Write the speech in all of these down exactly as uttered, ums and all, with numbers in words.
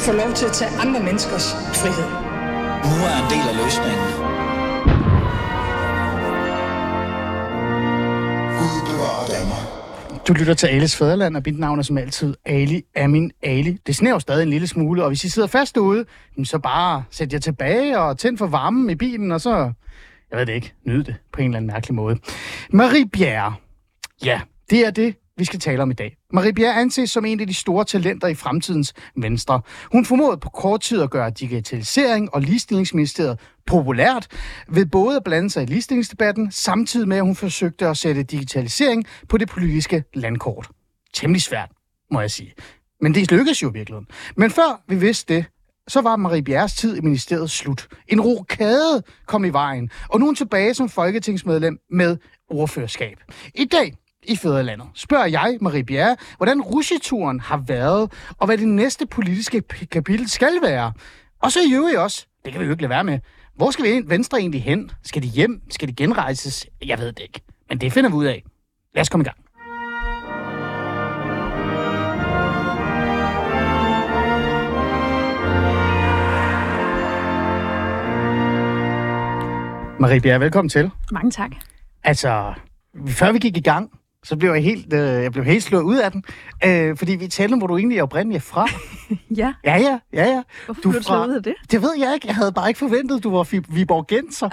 få lov til at tage andre menneskers frihed. Nu er en del af løsningen. Du lytter til Alis Fædreland, og mit navn er som altid Ali Amin Ali. Det sneer jo stadig en lille smule, og hvis I sidder fast derude, så bare sæt jer tilbage og tænd for varmen i bilen, og så, jeg ved det ikke, nyd det på en eller anden mærkelig måde. Marie Bjerre. Ja, det er det, vi skal tale om i dag. Marie Bjerre anses som en af de store talenter i fremtidens Venstre. Hun formåede på kort tid at gøre digitalisering og ligestillingsministeriet populært ved både at blande sig i ligestillingsdebatten, samtidig med at hun forsøgte at sætte digitalisering på det politiske landkort. Temmelig svært, må jeg sige. Men det lykkedes jo i virkeligheden. Men før vi vidste det, så var Marie Bjerres tid i ministeriet slut. En rokade kom i vejen, og nu er hun tilbage som folketingsmedlem med ordførerskab. I dag i Fædrelandet spørger jeg, Marie Bjerre, hvordan rutsjeturen har været, og hvad det næste politiske kapitel skal være. Og så i øvrigt også, det kan vi jo ikke lade være med, hvor skal vi Venstre egentlig hen? Skal de hjem? Skal de genrejses? Jeg ved det ikke. Men det finder vi ud af. Lad os komme i gang. Marie Bjerre, velkommen til. Mange tak. Altså, før vi gik i gang, så blev jeg helt, øh, jeg blev helt slået ud af den. Øh, fordi vi talte om, hvor du egentlig er oprindeligt fra. Ja. Ja, ja, ja, ja. Hvorfor du blev du slået ud af det? Det ved jeg ikke. Jeg havde bare ikke forventet, at du var viborgenser.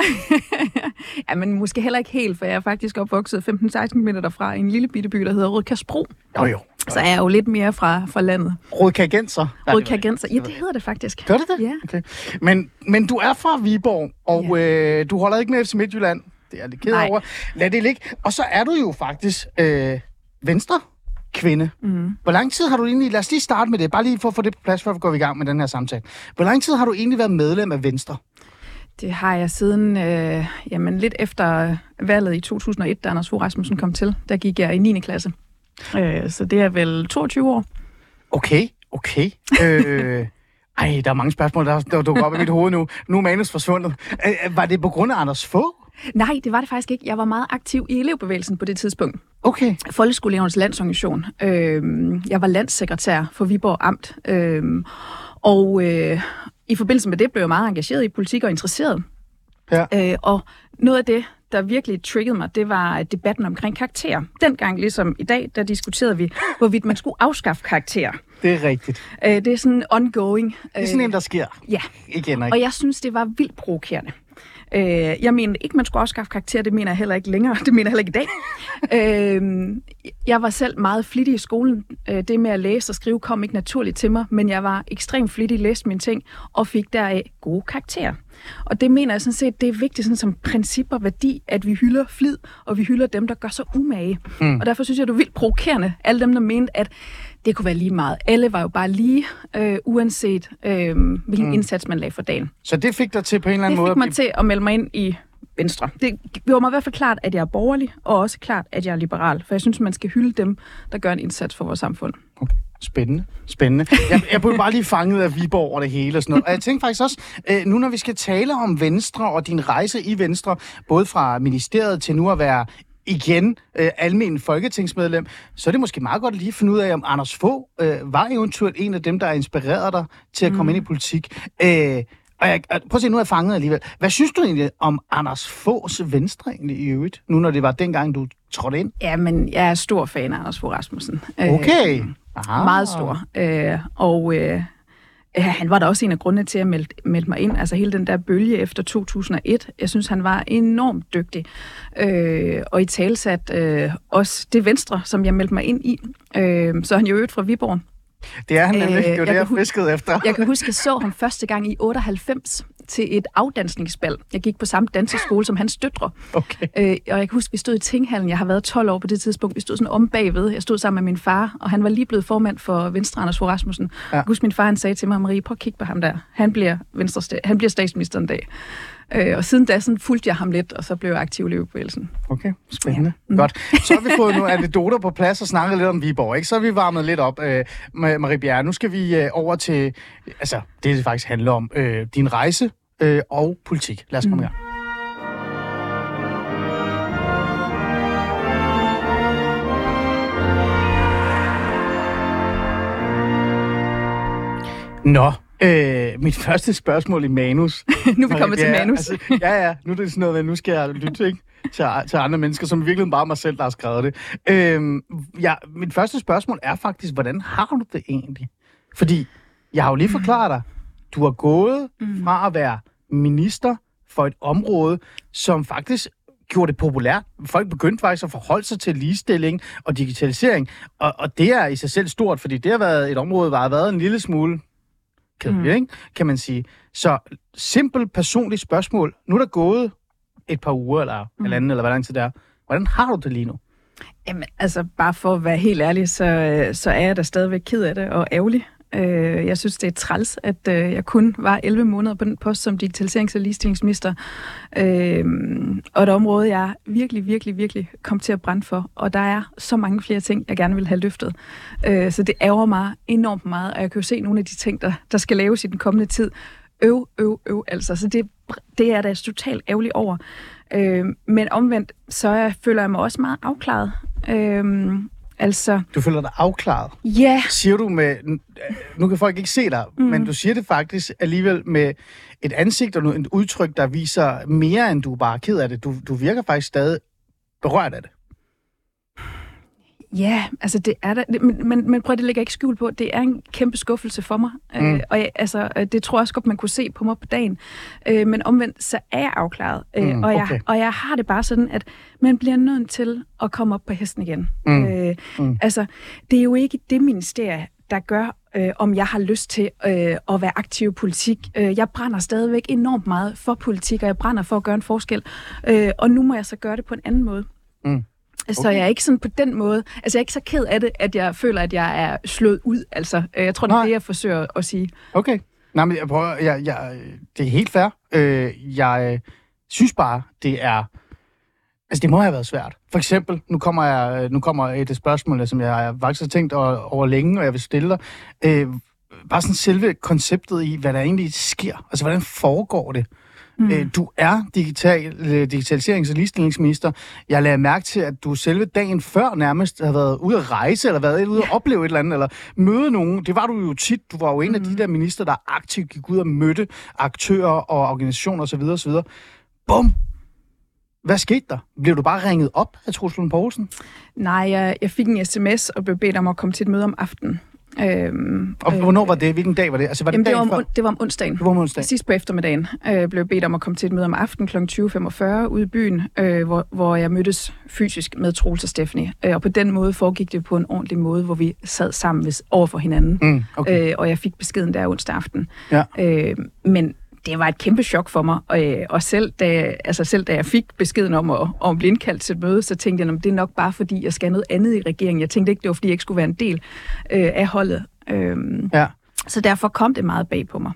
Ja, men måske heller ikke helt, for jeg er faktisk opvokset femten til seksten kilometer derfra i en lille bitte by, der hedder Rødkærsbro. Jo, jo. Så er jeg jo lidt mere fra, fra landet. Rødkærsgenser? Rødkærsgenser. Ja, det hedder det faktisk. Gør det det? Ja. Okay. Men, men du er fra Viborg, og ja. øh, du holder ikke med F C Midtjylland. Det er lidt ked over. Lad det ligge. Og så er du jo faktisk øh, Venstre kvinde. Mm. Hvor lang tid har du egentlig... Lad os lige starte med det, bare lige for at få det på plads, før vi går i gang med den her samtale. Hvor lang tid har du egentlig været medlem af Venstre? Det har jeg siden, øh, jamen lidt efter valget i to tusind og et, da Anders Fogh Rasmussen kom til. Der gik jeg i niende klasse. Øh, så det er vel toogtyve år. Okay, okay. øh, ej, der er mange spørgsmål, der, der dukker op i mit hoved nu. Nu er manus forsvundet. Øh, var det på grund af Anders Fogh? Nej, det var det faktisk ikke. Jeg var meget aktiv i elevbevægelsen på det tidspunkt. Okay. Folkeskoleelevernes Landsorganisation. Øh, jeg var landssekretær for Viborg Amt. Øh, og øh, i forbindelse med det blev jeg meget engageret i politik og interesseret. Ja. Øh, og noget af det, der virkelig triggede mig, det var debatten omkring karakterer. Dengang, ligesom i dag, der diskuterede vi, hvorvidt man skulle afskaffe karakterer. Det er rigtigt. Øh, det er sådan ongoing. Det er sådan en, der sker. Ja. Igen og, og jeg synes, det var vildt provokerende. Øh, jeg mener ikke, man skulle afskaffe karakterer, det mener jeg heller ikke længere, det mener jeg heller ikke i dag. øh, jeg var selv meget flittig i skolen. Øh, det med at læse og skrive kom ikke naturligt til mig, men jeg var ekstremt flittig, læste mine ting og fik deraf gode karakterer. Og det mener jeg sådan set, det er vigtigt sådan som princip og værdi, at vi hylder flid, og vi hylder dem, der gør sig umage. Mm. Og derfor synes jeg, det er vildt provokerende, alle dem, der mente, at det kunne være lige meget. Alle var jo bare lige, øh, uanset øh, hvilken mm. indsats man lagde for dagen. Så det fik dig til på en eller anden måde? Det fik mig til at melde mig ind i Venstre. Det gjorde mig i hvert fald klart, at jeg er borgerlig, og også klart, at jeg er liberal. For jeg synes, man skal hylde dem, der gør en indsats for vores samfund. Okay. Spændende, spændende. Jeg, jeg blev bare lige fanget af Viborg og det hele og sådan noget. Og jeg tænkte faktisk også, øh, nu når vi skal tale om Venstre og din rejse i Venstre, både fra ministeriet til nu at være igen øh, almen folketingsmedlem, så er det måske meget godt lige at finde ud af, om Anders Fogh øh, var eventuelt en af dem, der inspirerede dig til at komme mm. ind i politik. Øh, og jeg, prøv at se, nu er jeg fanget alligevel. Hvad synes du egentlig om Anders Foghs Venstre egentlig i øvrigt, nu når det var dengang, du trådte ind? Ja, men jeg er stor fan af Anders Fogh Rasmussen. Okay. Øh, meget stor. Øh, og øh, han var da også en af grundene til at melde, melde mig ind. Altså hele den der bølge efter to tusind og et. Jeg synes, han var enormt dygtig. Øh, og i talsat øh, også det Venstre, som jeg meldte mig ind i. Øh, så er han jo øvrigt fra Viborg. Det er han nemlig. Det er jo det, jeg fiskede efter. Jeg kan huske, at jeg så ham første gang i otteoghalvfems til et afdansningsbal. Jeg gik på samme danseskole som hans døtre. Okay. Øh, og jeg kan huske, at vi stod i Tinghallen. Jeg har været tolv år på det tidspunkt. Vi stod sådan om bagved. Jeg stod sammen med min far, og han var lige blevet formand for Venstre, Anders Fogh Rasmussen. Ja. Jeg huske, min far han sagde til mig, Marie, prøv at kigge på ham der. Han bliver, Venstre, han bliver statsminister en dag. Øh, og siden da sådan fulgte jeg ham lidt, og så blev jeg aktiv i elevbevægelsen. Okay, spændende. Ja. Mm. Godt. Så har vi fået nogle anekdoter på plads og snakket lidt om Viborg, ikke? Så har vi varmet lidt op øh, med Marie Bjerre. Nu skal vi øh, over til, altså det det faktisk handler om, øh, din rejse øh, og politik. Lad os komme mm. i gang. Nå, Øh, mit første spørgsmål i manus. Nu er vi kommet ja, til manus. Altså, ja, ja. Nu er det sådan noget, nu skal jeg lytte ikke, til, til andre mennesker, som virkelig bare mig selv, der har skrevet det. Øh, ja, mit første spørgsmål er faktisk, hvordan har du det egentlig? Fordi jeg har jo lige forklaret dig, du har gået fra at være minister for et område, som faktisk gjorde det populært. Folk begyndte faktisk at forholde sig til ligestilling og digitalisering, og, og det er i sig selv stort, fordi det har været et område, der har været en lille smule kedeligt, mm. ikke? Kan man sige. Så simpelt personligt spørgsmål. Nu er der gået et par uger, eller mm. eller anden, eller hvad lang tid det er. Hvordan har du det lige nu? Jamen, altså, bare for at være helt ærlig, så, så er jeg da stadigvæk ked af det og ærgerlig. Jeg synes, det er træls, at jeg kun var elleve måneder på den post som digitaliserings- og ligestillingsminister. Og et område, jeg virkelig, virkelig, virkelig kom til at brænde for. Og der er så mange flere ting, jeg gerne vil have løftet. Så det ærger mig enormt meget, og jeg kan jo se nogle af de ting, der, der skal laves i den kommende tid. Øv, øv, øv, altså. Så det, det er da totalt ærgerligt over. Men omvendt, så jeg, føler jeg mig også meget afklaret. Altså, du føler dig afklaret? Ja. Yeah. Siger du med... Nu kan folk ikke se dig, mm. men du siger det faktisk alligevel med et ansigt og et udtryk, der viser mere, end du er bare ked af det. Du, du virker faktisk stadig berørt af det. Ja, altså det er der, men, men, men prøv, det ligger ikke skjul på, det er en kæmpe skuffelse for mig, mm. øh, og jeg, altså, det tror jeg også godt, man kunne se på mig på dagen, øh, men omvendt, så er jeg afklaret, øh, mm, og, jeg, okay. og jeg har det bare sådan, at man bliver nødt til at komme op på hesten igen. Mm. Øh, mm. Altså, det er jo ikke det ministerie, der gør, øh, om jeg har lyst til øh, at være aktiv i politik. Øh, jeg brænder stadigvæk enormt meget for politik, og jeg brænder for at gøre en forskel, øh, og nu må jeg så gøre det på en anden måde. Mm. Okay. Så jeg er ikke sådan på den måde, altså jeg er ikke så ked af det, at jeg føler, at jeg er slået ud, altså. Jeg tror, det er det, jeg forsøger at sige. Okay. Nej, men jeg prøver, jeg, jeg, det er helt fair. Øh, jeg synes bare, det er, altså det må have været svært. For eksempel, nu kommer, jeg, nu kommer et spørgsmål, som jeg faktisk har tænkt over, over længe, og jeg vil stille dig. Øh, bare sådan selve konceptet i, hvad der egentlig sker. Altså, hvordan foregår det? Mm. Du er digital, digitaliserings- og ligestillingsminister. Jeg lagde mærke til, at du selve dagen før nærmest havde været ude at rejse, eller været ude at opleve et eller andet, eller møde nogen. Det var du jo tit. Du var jo en mm. af de der minister, der aktivt gik ud og mødte aktører og organisationer osv. osv. Bum! Hvad skete der? Blev du bare ringet op af Troels Lund Poulsen? Nej, jeg, jeg fik en sms og blev bedt om at komme til et møde om aftenen. Øhm, og hvornår var det? Hvilken dag var det? Altså, var det, jamen, det, var om, om, det var om onsdagen. Det var om onsdagen. Sidst på eftermiddagen øh, blev jeg bedt om at komme til et møde om aftenen kl. tyve femogfyrre ude i byen, øh, hvor, hvor jeg mødtes fysisk med Troels og Stephanie. Øh, og på den måde foregik det på en ordentlig måde, hvor vi sad sammen over for hinanden. Mm, okay. øh, og jeg fik beskeden der onsdag aften. Ja. Øh, men det var et kæmpe chok for mig, og, og selv, da, altså selv da jeg fik beskeden om at, om at blive indkaldt til et møde, så tænkte jeg, at det er nok bare fordi, jeg skal noget andet i regeringen. Jeg tænkte ikke, det var fordi, jeg ikke skulle være en del øh, af holdet. Øhm, ja. Så derfor kom det meget bag på mig.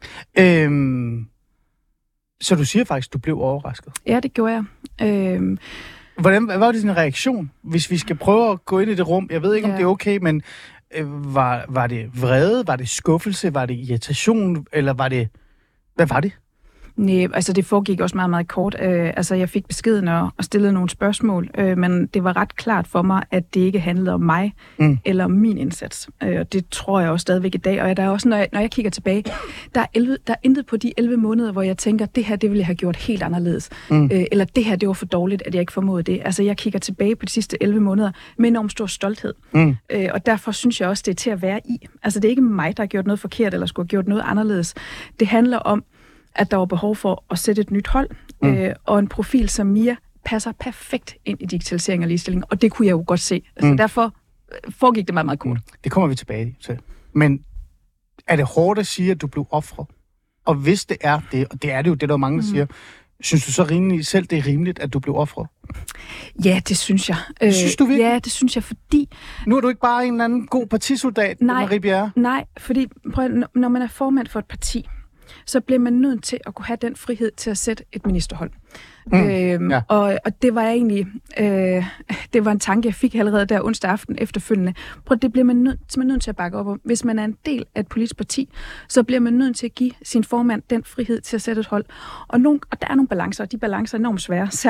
Øhm, så du siger faktisk, du blev overrasket? Ja, det gjorde jeg. Øhm, Hvordan, hvad var det din reaktion, hvis vi skal prøve at gå ind i det rum? Jeg ved ikke, om ja. det er okay, men øh, var, var det vrede, var det skuffelse, var det irritation, eller var det... Hvad var det? Nej, altså det foregik også meget, meget kort. Øh, altså jeg fik beskeden og, og stillede nogle spørgsmål, øh, men det var ret klart for mig, at det ikke handlede om mig mm. eller om min indsats. Øh, og det tror jeg også stadigvæk i dag. Og der er også, når jeg, når jeg kigger tilbage, der er, elleve, der er intet på de elleve måneder, hvor jeg tænker, det her, det ville jeg have gjort helt anderledes. Mm. Øh, eller det her, det var for dårligt, at jeg ikke formåede det. Altså jeg kigger tilbage på de sidste elleve måneder med enormt stor stolthed. Mm. Øh, og derfor synes jeg også, det er til at være i. Altså det er ikke mig, der har gjort noget forkert eller skulle have gjort noget anderledes. Det handler om, at der var behov for at sætte et nyt hold, mm. øh, og en profil som Mia passer perfekt ind i digitalisering og ligestilling, og det kunne jeg jo godt se. Altså mm. derfor foregik det meget, meget kort. Mm. Det kommer vi tilbage til. Men er det hårdt at sige, at du blev ofret? Og hvis det er det, og det er det jo, det der er mange, der mm. siger, synes du så rimelig, selv det er rimeligt, at du blev ofret? Ja, det synes jeg. Det synes du virkelig? Ja, det synes jeg, fordi... Nu er du ikke bare en eller anden god partisoldat, nej, Marie Bjerre? Nej, fordi prøv, når man er formand for et parti, så bliver man nødt til at kunne have den frihed til at sætte et ministerhold. Mm, øhm, ja. og, og det var egentlig øh, det var en tanke, jeg fik allerede der onsdag aften efterfølgende. Prøv, det bliver man nødt, man nødt til at bakke op om. Hvis man er en del af et politisk parti, så bliver man nødt til at give sin formand den frihed til at sætte et hold. Og, nogle, og der er nogle balancer, og de balancer er enormt svære, særligt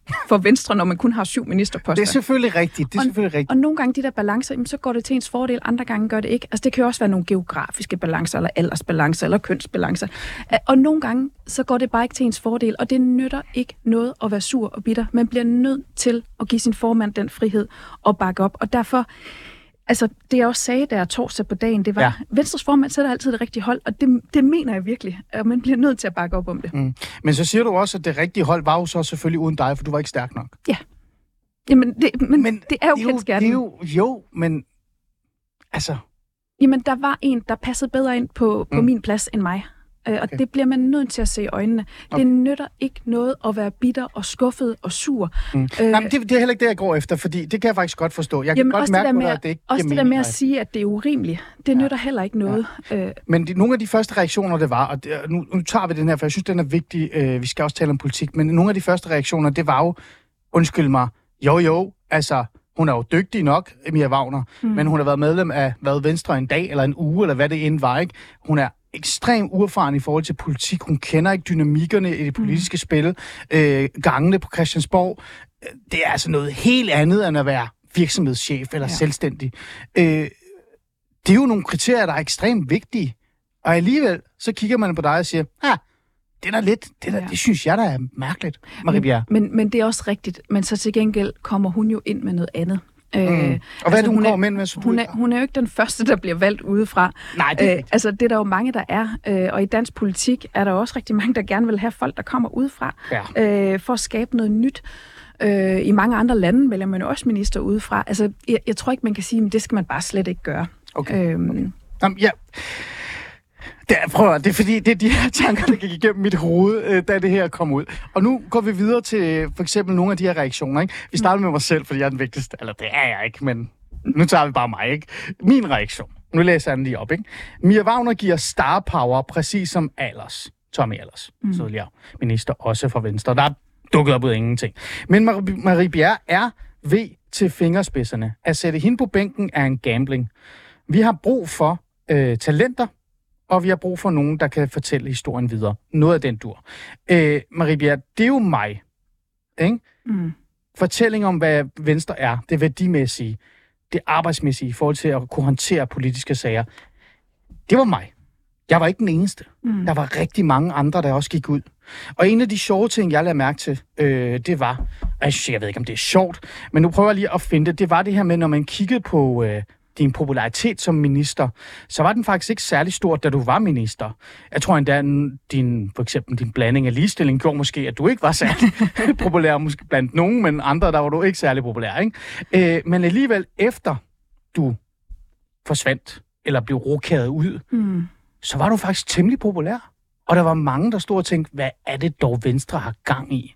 for Venstre, når man kun har syv ministerposter. Det er selvfølgelig rigtigt. Det er og, selvfølgelig rigtigt. Og nogle gange de der balancer, jamen, så går det til ens fordel, andre gange gør det ikke. Altså det kan jo også være nogle geografiske balancer, eller aldersbalancer, eller kønsbalancer. Og nogle gange, så går det bare ikke til ens fordel, og det nytter ikke noget at være sur og bitter. Man bliver nødt til at give sin formand den frihed og bakke op. Og derfor, altså det jeg også sagde der torsdag på dagen, det var, ja. Venstres formand sætter altid det rigtige hold, og det, det mener jeg virkelig, og man bliver nødt til at bakke op om det. Mm. Men så siger du også, at det rigtige hold var jo så selvfølgelig uden dig, for du var ikke stærk nok. Ja. Jamen, det, men, men det er jo kendsgerningen. Jo, jo, men altså... Jamen, der var en, der passede bedre ind på, på mm. min plads end mig. Og okay. det bliver man nødt til at se i øjnene. Okay. Det nytter ikke noget at være bitter og skuffet og sur. Mm. Øh, Nej, men det, det er heller ikke det, jeg går efter, fordi det kan jeg faktisk godt forstå. Jeg jamen, kan godt mærke på dig, at at det ikke også giver det der med at dig. sige, at det er urimeligt, det ja. nytter heller ikke noget. Ja. Øh. Men de, nogle af de første reaktioner, det var, og det, nu, nu tager vi den her, for jeg synes, den er vigtig, øh, vi skal også tale om politik, men nogle af de første reaktioner, det var jo, undskyld mig, jo jo, altså... Hun er jo dygtig nok, Mia Wagner, mm. men hun har været medlem af hvad, Venstre en dag eller en uge, eller hvad det end var, ikke? Hun er ekstremt uerfaren i forhold til politik. Hun kender ikke dynamikkerne i det politiske mm. spil, øh, gangene på Christiansborg. Det er altså noget helt andet, end at være virksomhedschef eller ja. selvstændig. Øh, det er jo nogle kriterier, der er ekstremt vigtige. Og alligevel, så kigger man på dig og siger, ah, det er lidt, det, der, ja. det synes jeg, der er mærkeligt, Marie Bjerre. Men, men, men det er også rigtigt. Men så til gengæld kommer hun jo ind med noget andet. Mm. Øh, og hvad altså, er det, hun, hun kommer ind med? Så hun, er, hun er jo ikke den første, der bliver valgt udefra. Nej, det er øh, Altså, det er der jo mange, der er. Øh, og i dansk politik er der også rigtig mange, der gerne vil have folk, der kommer udefra. Ja. Øh, for at skabe noget nyt. Øh, I mange andre lande vælger man jo også minister udefra. Altså, jeg, jeg tror ikke, man kan sige, at det skal man bare slet ikke gøre. Okay. Øhm, okay. Jamen, ja. Det er, prøv at, det er fordi, det er de her tanker, der gik igennem mit hoved, øh, da det her kom ud. Og nu går vi videre til for eksempel nogle af de her reaktioner. Ikke? Vi starter med mig selv, fordi jeg er den vigtigste. Eller det er jeg ikke, men nu tager vi bare mig. Ikke? Min reaktion. Nu læser jeg den lige op. Ikke? Mia Wagner giver star power, præcis som Ahlers. Tommy Ahlers, mm. tidligere minister, også for Venstre. Der er dukket op ud af ingenting. Men Mar- Marie Bjerre er ved til fingerspidserne. At sætte hende på bænken er en gambling. Vi har brug for øh, talenter, og vi har brug for nogen, der kan fortælle historien videre. Noget af den dur. Øh, Marie Bjerre, det er jo mig. Ikke? Mm. Fortælling om, hvad Venstre er, det værdimæssige, det arbejdsmæssige i forhold til at kunne håndtere politiske sager. Det var mig. Jeg var ikke den eneste. Mm. Der var rigtig mange andre, der også gik ud. Og en af de sjove ting, jeg lagde mærke til, øh, det var, jeg, synes, jeg ved ikke, om det er sjovt, men nu prøver jeg lige at finde det, det var det her med, når man kiggede på øh, din popularitet som minister, så var den faktisk ikke særlig stor, da du var minister. Jeg tror endda, din, for eksempel din blanding af ligestilling gjorde måske, at du ikke var særlig populær, måske blandt nogen, men andre, der var du ikke særlig populær. Ikke? Øh, men alligevel, efter du forsvandt, eller blev rokeret ud, mm. så var du faktisk temmelig populær. Og der var mange, der stod og tænkte, hvad er det dog Venstre har gang i?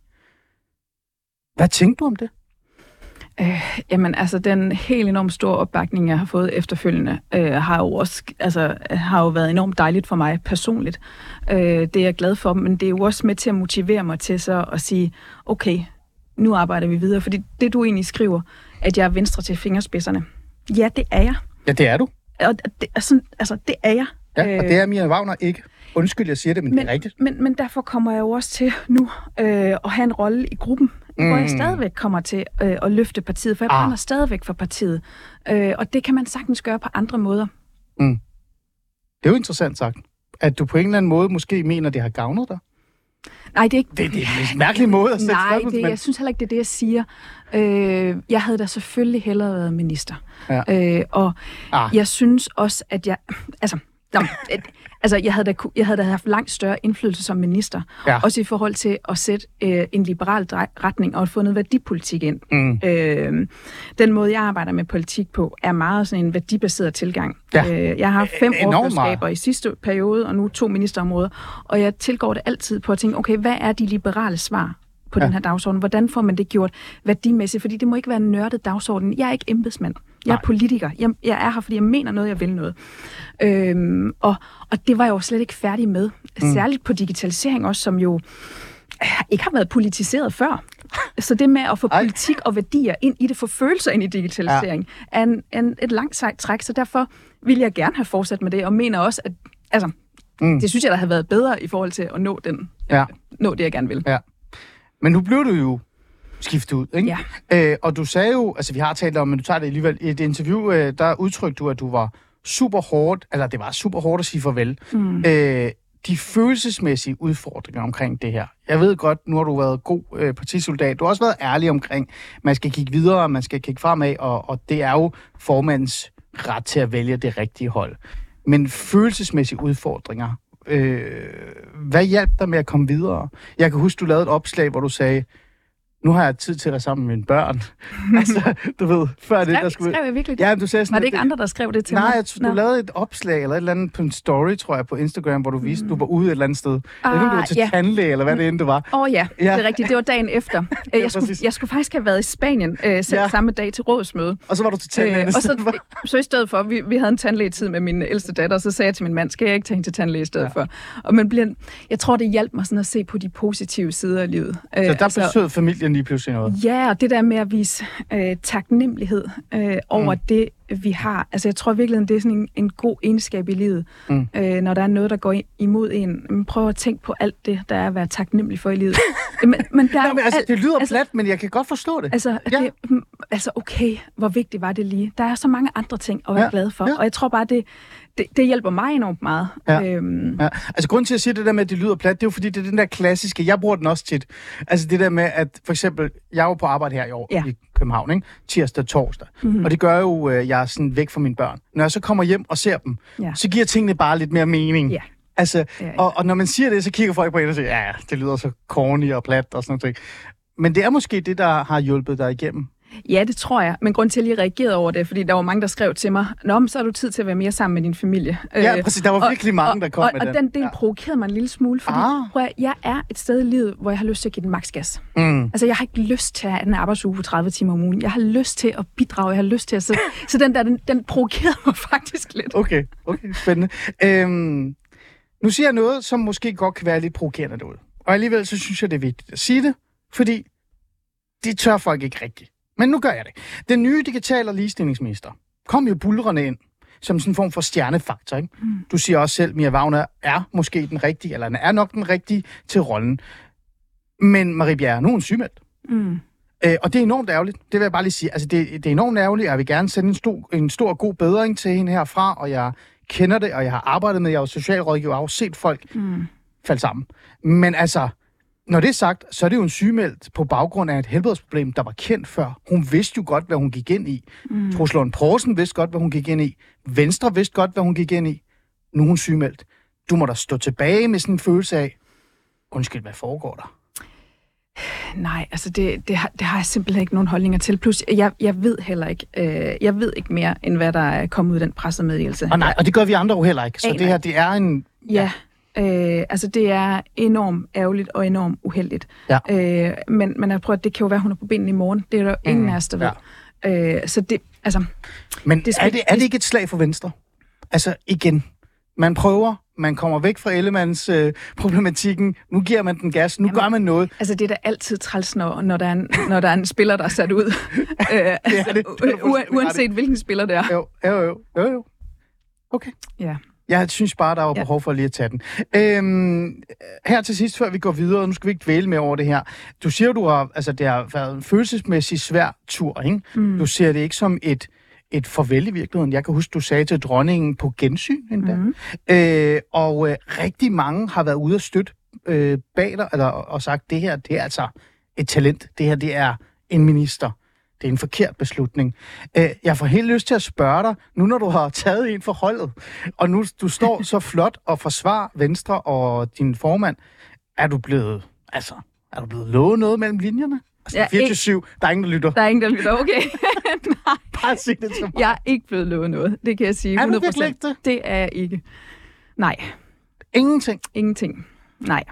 Hvad tænkte du om det? Øh, jamen, altså, den helt enormt store opbakning, jeg har fået efterfølgende, øh, har jo også, altså, har jo været enormt dejligt for mig personligt. Øh, det er jeg glad for, men det er jo også med til at motivere mig til så at sige, okay, nu arbejder vi videre. Fordi det, du egentlig skriver, at jeg er Venstre til fingerspidserne. Ja, det er jeg. Ja, det er du. Og det, altså, altså, det er jeg. Ja, og det er Mia Wagner ikke. Undskyld, jeg siger det, men, men det er rigtigt. Men, men derfor kommer jeg jo også til nu øh, at have en rolle i gruppen, mm. hvor jeg stadigvæk kommer til øh, at løfte partiet, for jeg brænder ah. stadigvæk for partiet. Øh, og det kan man sagtens gøre på andre måder. Mm. Det er jo interessant sagt, at du på en eller anden måde måske mener, det har gavnet dig. Nej, det er ikke... Det, det er en mærkelig måde at sætte Nej, spørgsmål, det, men... jeg synes heller ikke, det er det, jeg siger. Øh, jeg havde da selvfølgelig hellere været minister. Ja. Øh, og ah. jeg synes også, at jeg... Altså, Nå, altså, jeg havde, da, jeg havde da haft langt større indflydelse som minister, ja. Også i forhold til at sætte øh, en liberal retning og få noget værdipolitik ind. Mm. Øh, den måde, jeg arbejder med politik på, er meget sådan en værdibaseret tilgang. Ja. Øh, jeg har fem ordførerskaber i sidste periode, og nu to ministerområder, og jeg tilgår det altid på at tænke, okay, hvad er de liberale svar på ja. Den her dagsorden? Hvordan får man det gjort værdimæssigt? Fordi det må ikke være en nørdet dagsorden. Jeg er ikke embedsmand. Jeg er Nej. politiker. Jeg, jeg er her, fordi jeg mener noget, jeg vil noget. Øhm, og, og det var jeg jo slet ikke færdig med. Mm. Særligt på digitalisering også, som jo øh, ikke har været politiseret før. Så det med at få Ej. politik og værdier ind i det, få følelser ind i digitalisering, ja. er en, en, et langt sejt træk. Så derfor vil jeg gerne have fortsat med det, og mener også, at altså, mm. det synes jeg, der havde været bedre i forhold til at nå, den, ja. nå det, jeg gerne vil. Ja. Men nu blev du jo skifte ud, ikke? Ja. Øh, og du sagde jo, altså vi har talt om, men du tager det alligevel, i et interview, øh, der udtrykte du, at du var super hårdt, eller det var super hårdt at sige farvel. Mm. Øh, de følelsesmæssige udfordringer omkring det her. Jeg ved godt, nu har du været god øh, partisoldat. Du har også været ærlig omkring, man skal kigge videre, man skal kigge fremad, og, og det er jo formandens ret til at vælge det rigtige hold. Men følelsesmæssige udfordringer, øh, hvad hjalp dig med at komme videre? Jeg kan huske, du lavede et opslag, hvor du sagde, nu har jeg tid til at være sammen med mine børn. altså, du ved, før skrev, det, der skulle... Skrev jeg virkelig det? Ja, du sagde sådan, var det ikke det... andre, der skrev det til Nej, mig? Nej, du no. lavede et opslag, eller et eller andet på en story, tror jeg, på Instagram, hvor du viste, mm. du var ude et eller andet sted. Ah, jeg ved, du var til ja. tandlæge, eller hvad det end det var. Åh oh, ja, ja, det er rigtigt. Det var dagen efter. jeg, skulle, jeg skulle faktisk have været i Spanien øh, selv ja. samme dag til rådsmøde. Og så var du til tandlæge. Øh, og så, så i stedet for, vi, vi havde en tandlægetid med min ældste datter, og så sagde jeg til min mand, skal jeg ikke tage hende til tandlæge i stedet ja. for? Og man bliver, jeg tror, det hjalp mig sådan at se på de positive sider af livet. Så der altså, betød familien lige pludselig noget? Ja, og det der med at vise øh, taknemmelighed øh, over mm. det, vi har. Altså, jeg tror virkelig, det er sådan en, en god egenskab i livet, mm. øh, når der er noget, der går imod en. Man prøver at tænke på alt det, der er at være taknemmelig for i livet. men, men der Nå, men altså, alt, det lyder altså, plat, men jeg kan godt forstå det. Altså, ja. det, altså, okay, hvor vigtigt var det lige? Der er så mange andre ting at være ja. glad for, ja. og jeg tror bare, det, det, det hjælper mig enormt meget. Ja. Øhm. Ja. Altså, grunden til at sige det der med, at det lyder plat, det er jo fordi, det er den der klassiske, jeg bruger den også tit. Altså, det der med, at for eksempel, jeg var på arbejde her i år ja. i København, ikke? Tirsdag, torsdag. Mm-hmm. Og det gør jo, at jeg er sådan væk fra mine børn. Når jeg så kommer hjem og ser dem, ja. så giver tingene bare lidt mere mening. Ja. Altså, ja, ja. Og, og når man siger det, så kigger folk på en og siger, ja, det lyder så corny og plat og sådan noget. Men det er måske det, der har hjulpet dig igennem. Ja, det tror jeg. Men grund til, at jeg lige reagerede over det, fordi der var mange, der skrev til mig, nå, men så har du tid til at være mere sammen med din familie. Ja, præcis. Der var og, virkelig mange, og, der kom og, med og den. Og den del ja. provokerede mig en lille smule, fordi ah. prøv at, jeg er et sted i livet, hvor jeg har lyst til at give den maksgas. Mm. Altså, jeg har ikke lyst til at have en arbejdsuge på tredive timer om ugen. Jeg har lyst til at bidrage, jeg har lyst til at... Så, så den der, den, den provokerede mig faktisk lidt. Okay, okay, spændende. Øhm, nu siger jeg noget, som måske godt kan være lidt provokerende derude. Og alligevel så synes jeg, det er vigtigt at sige det, fordi det tør folk ikke rigtigt. Men nu gør jeg det. Den nye digital- og ligestillingsminister kom jo bulrende ind som sådan en form for stjernefaktor. Ikke? Mm. Du siger også selv, Mia Wagner er måske den rigtige, eller den er nok den rigtige til rollen. Men Marie Bjerre, nu er hun sygemeldt. Mm. Øh, og det er enormt ærgerligt. Det vil jeg bare lige sige. Altså, det, det er enormt ærgerligt, og jeg vil gerne sende en stor, en stor god bedring til hende herfra, og jeg kender det, og jeg har arbejdet med, jeg er jo socialrådgiver, og har jo set folk mm. falde sammen. Men altså... Når det er sagt, så er det jo en sygemeldt på baggrund af et helbredsproblem, der var kendt før. Hun vidste jo godt, hvad hun gik ind i. Mm. Troels Lund Poulsen vidste godt, hvad hun gik ind i. Venstre vidste godt, hvad hun gik ind i. Nu er hun sygemeldt. Du må da stå tilbage med sådan en følelse af, undskyld, hvad foregår der? Nej, altså det, det, har, det har jeg simpelthen ikke nogen holdninger til. Plus, jeg, jeg ved heller ikke, øh, jeg ved ikke mere, end hvad der er kommet ud af den pressemeddelelse. Og nej, og det gør vi andre jo heller ikke. Så Aner. det her, det er en... Ja. ja. Øh, altså, det er enormt ærgerligt og enormt uheldigt. Ja. Øh, men, men jeg prøver, at det kan jo være, hun er på benene i morgen. Det er der mm. ingen af os, der ved. Ja. Øh, så det, altså... Men det, er, det, er det ikke et slag for Venstre? Altså, igen. Man prøver, man kommer væk fra Ellemanns øh, problematikken. Nu giver man den gas, nu Jamen, gør man noget. Altså, det er da altid træls, når, når, der er en, når der er en spiller, der er sat ud. øh, altså, det, det u- uanset hvilken spiller det er. Jo, jo, jo. jo, jo. Okay. Ja. Jeg synes bare, der var behov ja. for lige at tage den. Øhm, her til sidst, før vi går videre, nu skal vi ikke dvæle mere over det her. Du siger, du har, altså, det har været en følelsesmæssig svær tur, ikke? Mm. Du ser det ikke som et, et farvel i virkeligheden. Jeg kan huske, du sagde til dronningen på gensyn endda. Mm. Øh, og øh, rigtig mange har været ude og støtte øh, bag dig, eller, og sagt, det her, det er altså et talent. Det her, det er en minister. Det er en forkert beslutning. Jeg får helt lyst til at spørge dig, nu når du har taget en for holdet, og nu du står så flot og forsvarer Venstre og din formand, er du blevet, altså, er du blevet lovet noget mellem linjerne? Altså, ja, fireogtyve syv, der er ingen, der lytter. Der er ingen, der lytter, okay. Nej. Bare sig det til mig. Jeg er ikke blevet lovet noget, det kan jeg sige. Er du virkelig ikke det? Det er jeg ikke. Nej. Ingenting? Ingenting. Nej.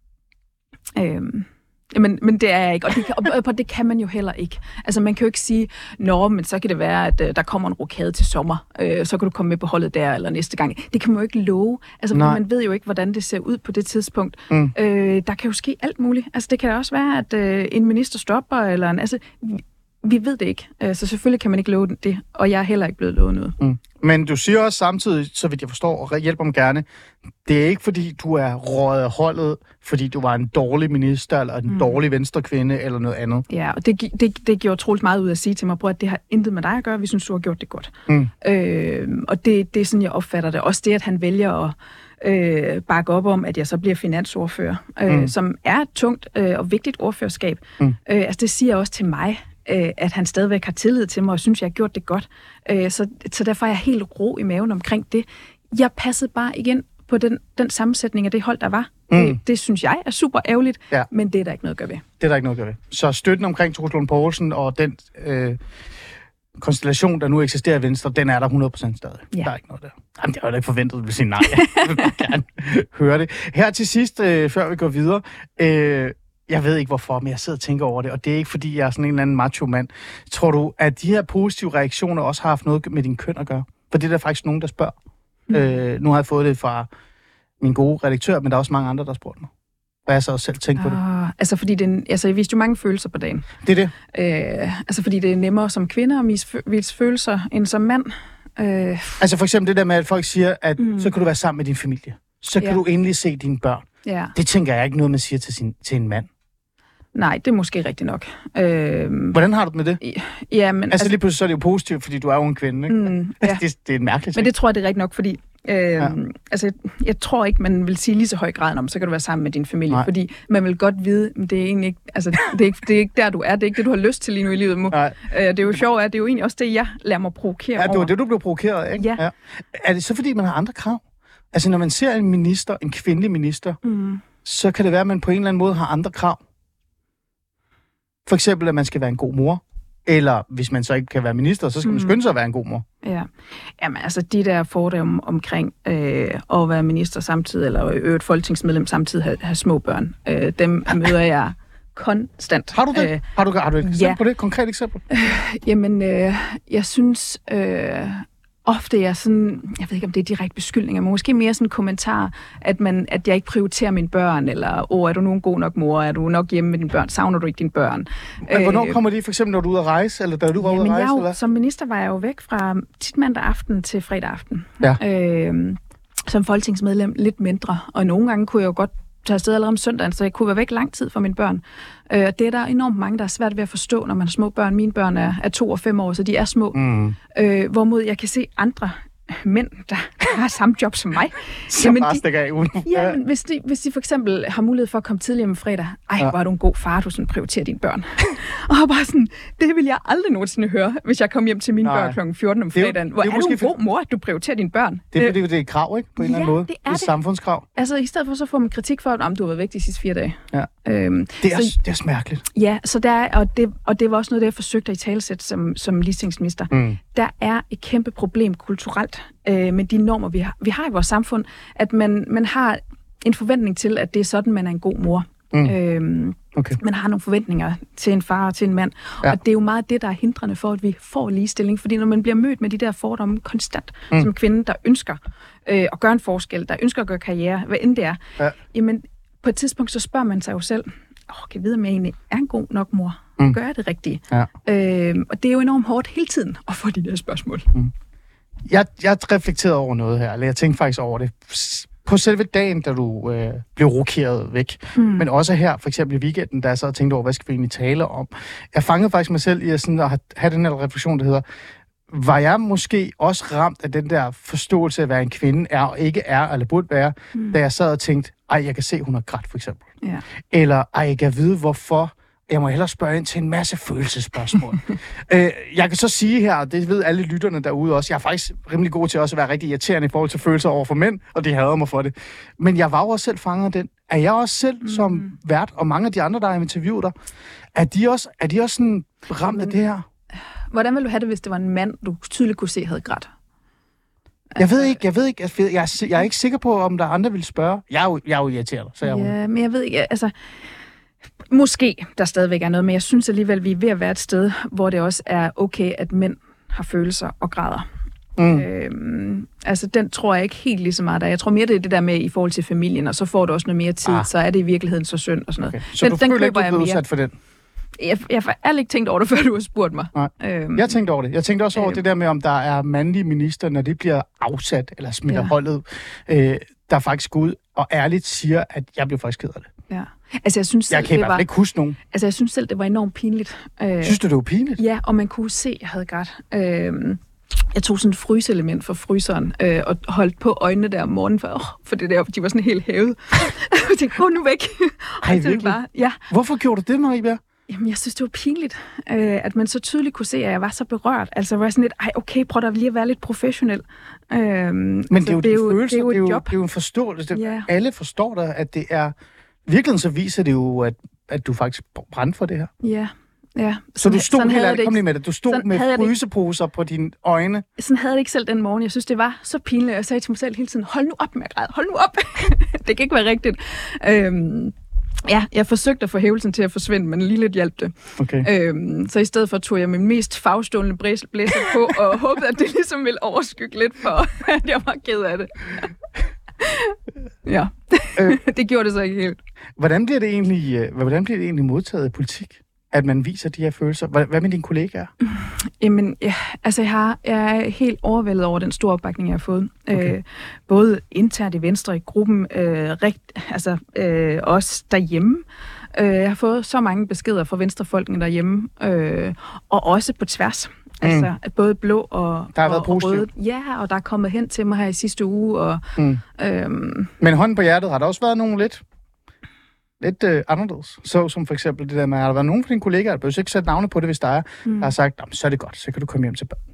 Øhm... Men, men det er jeg ikke, og det, kan, og det kan man jo heller ikke. Altså, man kan jo ikke sige, nå, men så kan det være, at uh, der kommer en rokade til sommer, uh, så kan du komme med på holdet der, eller næste gang. Det kan man jo ikke love. Altså, man ved jo ikke, hvordan det ser ud på det tidspunkt. Mm. Uh, der kan jo ske alt muligt. Altså, det kan også være, at uh, en minister stopper, eller en, altså, vi, vi ved det ikke. Øh, så selvfølgelig kan man ikke love det, og jeg er heller ikke blevet lovet noget. Mm. Men du siger også samtidig, så vidt jeg forstår, og hjælper dem gerne, det er ikke fordi, du er røget af holdet, fordi du var en dårlig minister, eller en mm. dårlig venstrekvinde, eller noget andet. Ja, og det, det, det gjorde Troels meget ud at sige til mig, bror, at det har intet med dig at gøre, vi synes, du har gjort det godt. Mm. Øh, og det, det er sådan, jeg opfatter det. Også det, at han vælger at øh, bakke op om, at jeg så bliver finansordfører, øh, mm. som er et tungt øh, og vigtigt ordførerskab. Mm. Øh, altså, det siger også til mig, øh, at han stadigvæk har tillid til mig, og synes, jeg har gjort det godt. Øh, så, så derfor er jeg helt ro i maven omkring det. Jeg passede bare igen på den, den sammensætning af det hold, der var. Mm. Det, det synes jeg er super ærgerligt, ja. Men det er der ikke noget at gøre ved. Det er der ikke noget at gøre ved. Så støtten omkring Troels Lund Poulsen og den øh, konstellation, der nu eksisterer i Venstre, den er der hundrede procent stadig. Ja. Der er ikke noget der. Jamen, det har jeg ikke forventet, at du vil sige nej. Jeg vil bare gerne høre det. Her til sidst, øh, før vi går videre, øh, jeg ved ikke hvorfor, men jeg sidder og tænker over det, og det er ikke, fordi jeg er sådan en eller anden macho-mand. Tror du, at de her positive reaktioner også har haft noget med din køn at gøre? For det er der faktisk nogen, der spørger. Mm. Øh, nu har jeg fået det fra min gode redaktør, men der er også mange andre, der har spurgt mig. Og jeg så også selv tænkt på det. Uh, altså, fordi det, altså, jeg viste jo mange følelser på dagen. Det er det? Øh, altså, fordi det er nemmere som kvinde at vise følelser end som mand. Øh. Altså, for eksempel det der med, at folk siger, at mm. så kan du være sammen med din familie. Så kan ja. du endelig se dine børn. Ja. Det tænker jeg ikke noget, man siger til, sin, til en mand. Nej, det er måske rigtigt nok. Øh, Hvordan har du det med det? Ja, men, altså, altså lige pludselig så er det jo positivt, fordi du er jo en kvinde, ikke? Mm, ja. det, det er en mærkelig ting. Men det tror jeg, det er rigtigt nok, fordi øh, ja. altså, jeg tror ikke, man vil sige lige så høj grad om, så kan du være sammen med din familie, Nej. fordi man vil godt vide, men det er egentlig ikke, altså, det er ikke, det er ikke der, du er. Det er ikke det, du har lyst til lige nu i livet. Øh, det er jo sjovt, at det er jo egentlig også det, jeg lader mig provokere Ja, det var over. det, du blev provokeret af, ikke? Ja. ja. Er det så, fordi man har andre krav? Altså, når man ser en minister, en kvindelig minister, mm. så kan det være, at man på en eller anden måde har andre krav. For eksempel, at man skal være en god mor. Eller hvis man så ikke kan være minister, så skal man skynde sig at være en god mor. Ja, Jamen, altså de der fordom omkring øh, at være minister samtidig, eller øvrigt folketingsmedlem samtidig have, have små børn, øh, dem møder jeg konstant. Har du det? Øh, har, du, har du et eksempel ja. på det? Konkret eksempel? Øh, jamen, øh, jeg synes... Øh, Ofte er jeg sådan, jeg ved ikke, om det er direkte beskyldninger, men måske mere sådan en kommentar, at, man, at jeg ikke prioriterer mine børn, eller, åh, er du nogen god nok mor, er du nok hjemme med dine børn, savner du ikke dine børn? Men hvornår kommer de, for eksempel, når du er ude at rejse, eller da du var ude at rejse? Jeg, eller? Som minister var jeg jo væk fra tit mandag aften til fredag aften. Ja. Øh, som folketingsmedlem lidt mindre, og nogle gange kunne jeg jo godt tage afsted allerede om søndagen, så jeg kunne være væk lang tid fra mine børn. Øh, det er der enormt mange, der er svært ved at forstå, når man har små børn. Mine børn er, er to og fem år, så de er små. Mm. Øh, hvorimod jeg kan se andre mænd, der har samme job som mig. Som Jamen, bare stikker af uden. Ja, men hvis de, hvis de for eksempel har mulighed for at komme tidligere med fredag, ej, ja. hvor er du en god far, du sådan prioriterer dine børn. Og bare sådan, det vil jeg aldrig nogensinde høre, hvis jeg kom hjem til mine Nej. børn klokken fjorten om fredagen. Hvor er, er du en god mor, at du prioriterer dine børn? Det er fordi, det er et krav, ikke? På en ja, eller anden måde. det er det. Det er samfundskrav. Altså, i stedet for så får man kritik for, at du har været væk de sidste fire dage. Ja. Øhm, det, er, så, det er også mærkeligt. Ja, så der er, og, det, og det var også noget, det jeg forsøgte at italesætte som, som ligestillingsminister. Mm. Der er et kæmpe problem kulturelt øh, med de normer, vi har, vi har i vores samfund, at man, man har en forventning til, at det er sådan, man er en god mor. Mm. Øhm, okay. Man har nogle forventninger til en far og til en mand, ja. Og det er jo meget det, der er hindrende for, at vi får ligestilling, fordi når man bliver mødt med de der fordomme konstant, mm. som kvinde, der ønsker øh, at gøre en forskel, der ønsker at gøre karriere, hvad end det er, ja. Jamen på et tidspunkt, så spørger man sig jo selv, åh, kan jeg vide, om jeg egentlig er en god nok mor? Mm. Gør jeg det rigtige? Ja. Øhm, og det er jo enormt hårdt hele tiden at få de der spørgsmål. Mm. Jeg, jeg reflekterede over noget her, eller jeg tænkte faktisk over det. På selve dagen, da du øh, blev rokeret væk, mm. men også her, for eksempel i weekenden, da jeg så tænkte over, hvad skal vi egentlig tale om? Jeg fangede faktisk mig selv i at, sådan, at have den her refleksion, der hedder, var jeg måske også ramt af den der forståelse af, hvad en kvinde er og ikke er, eller burde være, mm. da jeg sad og tænkte, ej, jeg kan se, hun har grædt, for eksempel. Ja. Eller, ej, jeg kan vide, hvorfor. Jeg må hellere spørge ind til en masse følelsesspørgsmål. øh, jeg kan så sige her, og det ved alle lytterne derude også, jeg er faktisk rimelig god til også at være rigtig irriterende i forhold til følelser over for mænd, og de hader mig for det. Men jeg var jo også selv fanget af den. Er jeg også selv mm. som vært, og mange af de andre, der er interviewet dig, er de også, er de også sådan ramt af det her? Hvordan ville du have det, hvis det var en mand, du tydeligt kunne se havde grædt? Jeg ved ikke, jeg ved ikke, jeg er, jeg er ikke sikker på, om der er andre, vil spørge. Jeg er jo, jeg er jo irriteret, så jeg Ja, men jeg ved ikke, altså... Måske der stadigvæk er noget, men jeg synes alligevel, vi er ved at være et sted, hvor det også er okay, at mænd har følelser og græder. Mm. Øhm, altså, den tror jeg ikke helt lige så meget der. Jeg tror mere, det er det der med i forhold til familien, og så får du også noget mere tid, ah. så er det i virkeligheden så synd og sådan noget. Okay. Så den, du føler ikke, du er blevet udsat for den? Jeg, jeg har ærligt ikke tænkt over det, før du har spurgt mig. Nej. Øhm, Jeg tænkte over det. Jeg tænkte også over øhm, det der med, om der er mandlige minister, når det bliver afsat eller smitter Ja. holdet, øh, der faktisk går ud og ærligt siger, at jeg bliver faktisk ked af det. Ja. Altså, jeg synes Jeg selv, kan i det hvert fald var, ikke huske nogen. altså, jeg synes selv, det var enormt pinligt. Øh, Synes du, det var pinligt? Ja, og man kunne se, at jeg havde grædt. Øh, jeg tog sådan et fryseelement fra fryseren øh, og holdt på øjnene der om morgenen, for, oh, for det der, de var sådan helt hævet. Jeg tænkte, gå nu væk. Ej, Og så virkelig? bare, ja. Hvorfor gjorde du det, Marie Bjerre? Jamen, jeg synes, det var pinligt, øh, at man så tydeligt kunne se, at jeg var så berørt. Altså, var jeg sådan lidt, ej, okay, prøv da lige at være lidt professionel. Øh, Men det er jo, det er jo, følelser, det er jo et det er jo, job. det er jo en forståelse. Det, Ja. Alle forstår dig, at det er... Virkelig så viser det jo, at, at du faktisk brændte for det her. Ja, ja. Så du stod sådan helt havde jeg ærligt, det kom lige ikke- med det, du stod sådan med havde jeg det ikke. fryseposer på dine øjne. Sådan havde jeg det ikke selv den morgen. Jeg synes, det var så pinligt. Jeg sagde til mig selv hele tiden, hold nu op med at græde, hold nu op. Det kan ikke være rigtigt. Øhm, ja, jeg forsøgte at få hævelsen til at forsvinde, men lige lidt hjalp det. Okay. Øhm, så i stedet for tog jeg min mest fagstående blæs- blæser på, og håbede, at det ligesom ville overskygge lidt for, at jeg var ked af det. Ja, Øh. det gjorde det så ikke helt. Hvordan bliver det egentlig, øh, hvordan bliver det egentlig modtaget i politik, at man viser de her følelser? Hvad, hvad med dine kollegaer? Jamen, ja, altså jeg, har, jeg er helt overvældet over den store opbakning, jeg har fået. Okay. Øh, både internt i Venstre i gruppen, øh, rigt, altså øh, også derhjemme. Øh, jeg har fået så mange beskeder fra venstrefolkene derhjemme, øh, og også på tværs. Mm. Altså både blå og, Der har været og, og positivt. røde. Ja, og der er kommet hen til mig her i sidste uge. Og, Mm. øhm, Men hånden på hjertet, har der også været nogen lidt, lidt øh, anderledes? Så som for eksempel det der med, har der været nogen fra dine kollegaer, der behøver ikke sætte navne på det, hvis der er, mm. der har sagt, så er det godt, så kan du komme hjem til børn.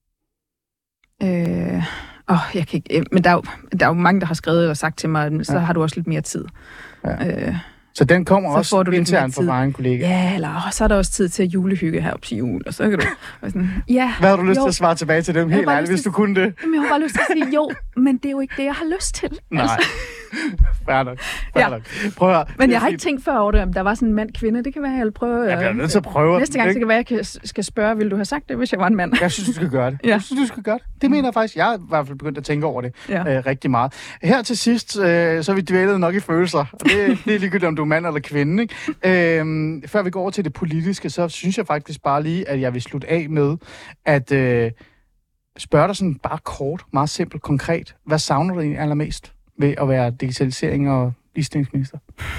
Øh, åh, jeg kan ikke, øh, men der er, jo, der er jo mange, der har skrevet eller sagt til mig, så Ja. har du også lidt mere tid. Ja. Øh, Så den kommer Så også får du lidt internt fra mere tid. mange kollegaer. ja, eller åh, så er der også tid til at julehygge her op til jul, og så kan du... Og sådan, ja, Hvad har du lyst jo, til at svare tilbage til dem, Jeg har helt bare ærligt, lyst hvis til du kunne det? Jamen, jeg har bare lyst til at sige, jo, men det er jo ikke det, jeg har lyst til. Nej. Altså, Fair nok. Fair Ja. nok. Prøv at høre. men Det er jeg har fint. ikke tænkt før over det, om der var sådan en mand-kvinde. Det kan være, jeg vil prøve... Jeg bliver øh, nødt til at prøve. Næste gang, så ikke? kan det være, jeg kan, skal spørge, vil du have sagt det, hvis jeg var en mand? Jeg synes, du skal gøre det. Ja. Jeg synes, du skal gøre det. Det mener jeg faktisk. Jeg har i hvert fald begyndt at tænke over det Ja. øh, rigtig meget. Her til sidst, øh, så er vi dvælet nok i følelser. Og det, det er ligegyldigt, om du er mand eller kvinde. Ikke? Øhm, før vi går over til det politiske, så synes jeg faktisk bare lige, at jeg vil slutte af med at øh, spørge dig sådan bare kort, meget simpelt, konkret. Hvad savner du egentlig allermest ved at være digitalisering og ligestillingsminister?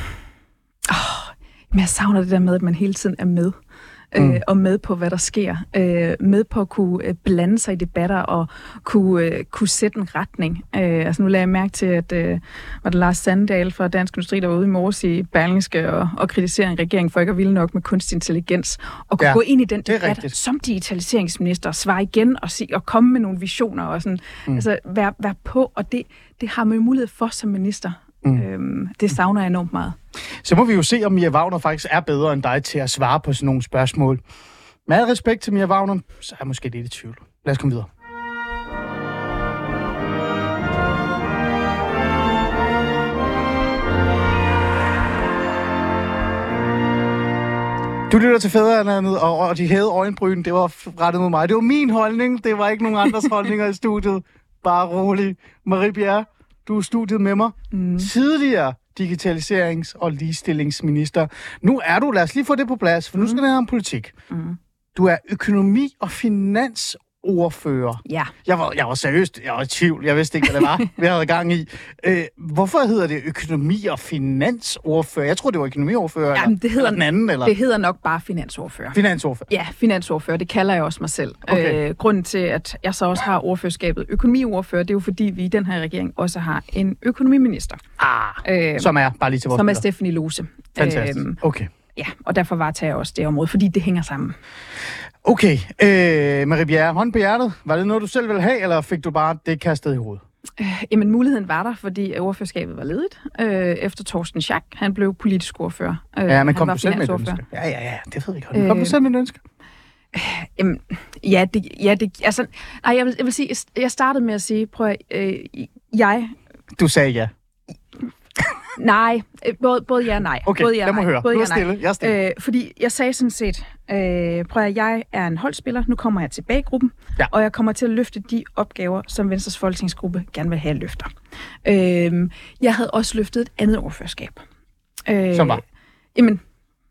Men jeg savner det der med, at man hele tiden er med. Mm. Øh, og med på, hvad der sker. Øh, med på at kunne øh, blande sig i debatter og kunne, øh, kunne sætte en retning. Øh, altså nu lagde jeg mærke til, at øh, var det Lars Sandahl fra Dansk Industri, der var ude i morges i Berlingske og, og kritisere en regering for ikke at ville nok med kunstig intelligens. Og kunne Ja, ja, gå ind i den det er debat rigtigt. som digitaliseringsminister og svare igen og, sige, og komme med nogle visioner og sådan. Mm. Altså være, være på, og det, det har man jo mulighed for som minister. Mm. Øhm, det savner jeg enormt meget. Så må vi jo se, om Mia Wagner faktisk er bedre end dig til at svare på sådan nogle spørgsmål. Med al respekt til Mia Wagner, så er jeg måske lidt i tvivl. Lad os komme videre. Du lytter til Fædrelandet, og, og de hævede øjenbryn, det var rettet mod mig. Det var min holdning, det var ikke nogen andres holdninger i studiet. Bare rolig. Marie Bjerre, du er i studiet med mig. Mm. Tidligere digitaliserings- og ligestillingsminister. Nu er du, lad os lige få det på plads, for nu skal det handle om politik. Mm. Du er økonomi- og finansordfører. Ja. Jeg var, jeg var seriøst, jeg var i tvivl, jeg vidste ikke, hvad det var, vi havde gang i. Øh, hvorfor hedder det økonomi- og finansordfører? Jeg tror det var økonomiordfører, Jamen, det hedder- eller den anden, eller Det hedder nok bare finansordfører. finansordfører. Ja, finansordfører, det kalder jeg også mig selv. Okay. Øh, grunden til, at jeg så også har ordførerskabet økonomiordfører, det er jo fordi, vi i den her regering også har en økonomiminister. Ah, Øh, som er, bare lige til vores som er lyttere. Stephanie Lose. Fantastisk. Øhm, Okay. ja, og derfor varetager jeg også det område, fordi det hænger sammen. Okay, øh, Marie Bjerre, hånd på hjertet. Var det noget, du selv ville have, eller fik du bare det kastet i hovedet? Øh, jamen, muligheden var der, fordi ordførerskabet var ledigt. Øh, efter Torsten Schack, han blev politisk ordfører. Øh, Ja, men han kom var du selv med et finansordfører. ønske? Ja, ja, ja, det ved vi godt. Kom du Øh, selv med et ønske? Jamen, ja, det, ja, det, altså, nej, jeg vil, jeg vil sige, jeg startede med at sige, prøv at, øh, jeg, Du sagde ja. nej, øh, både, både ja og nej. Okay, både ja og lad mig nej. høre. Både Nu er ja og nej. stille. Jeg er stille. Øh, fordi jeg sagde sådan set, øh, prøv at jeg er en holdspiller, nu kommer jeg tilbage i gruppen, Ja. og jeg kommer til at løfte de opgaver, som Venstres folketingsgruppe gerne vil have, løfter. Øh, jeg havde også løftet et andet ordførerskab. Øh, Som var? Jamen,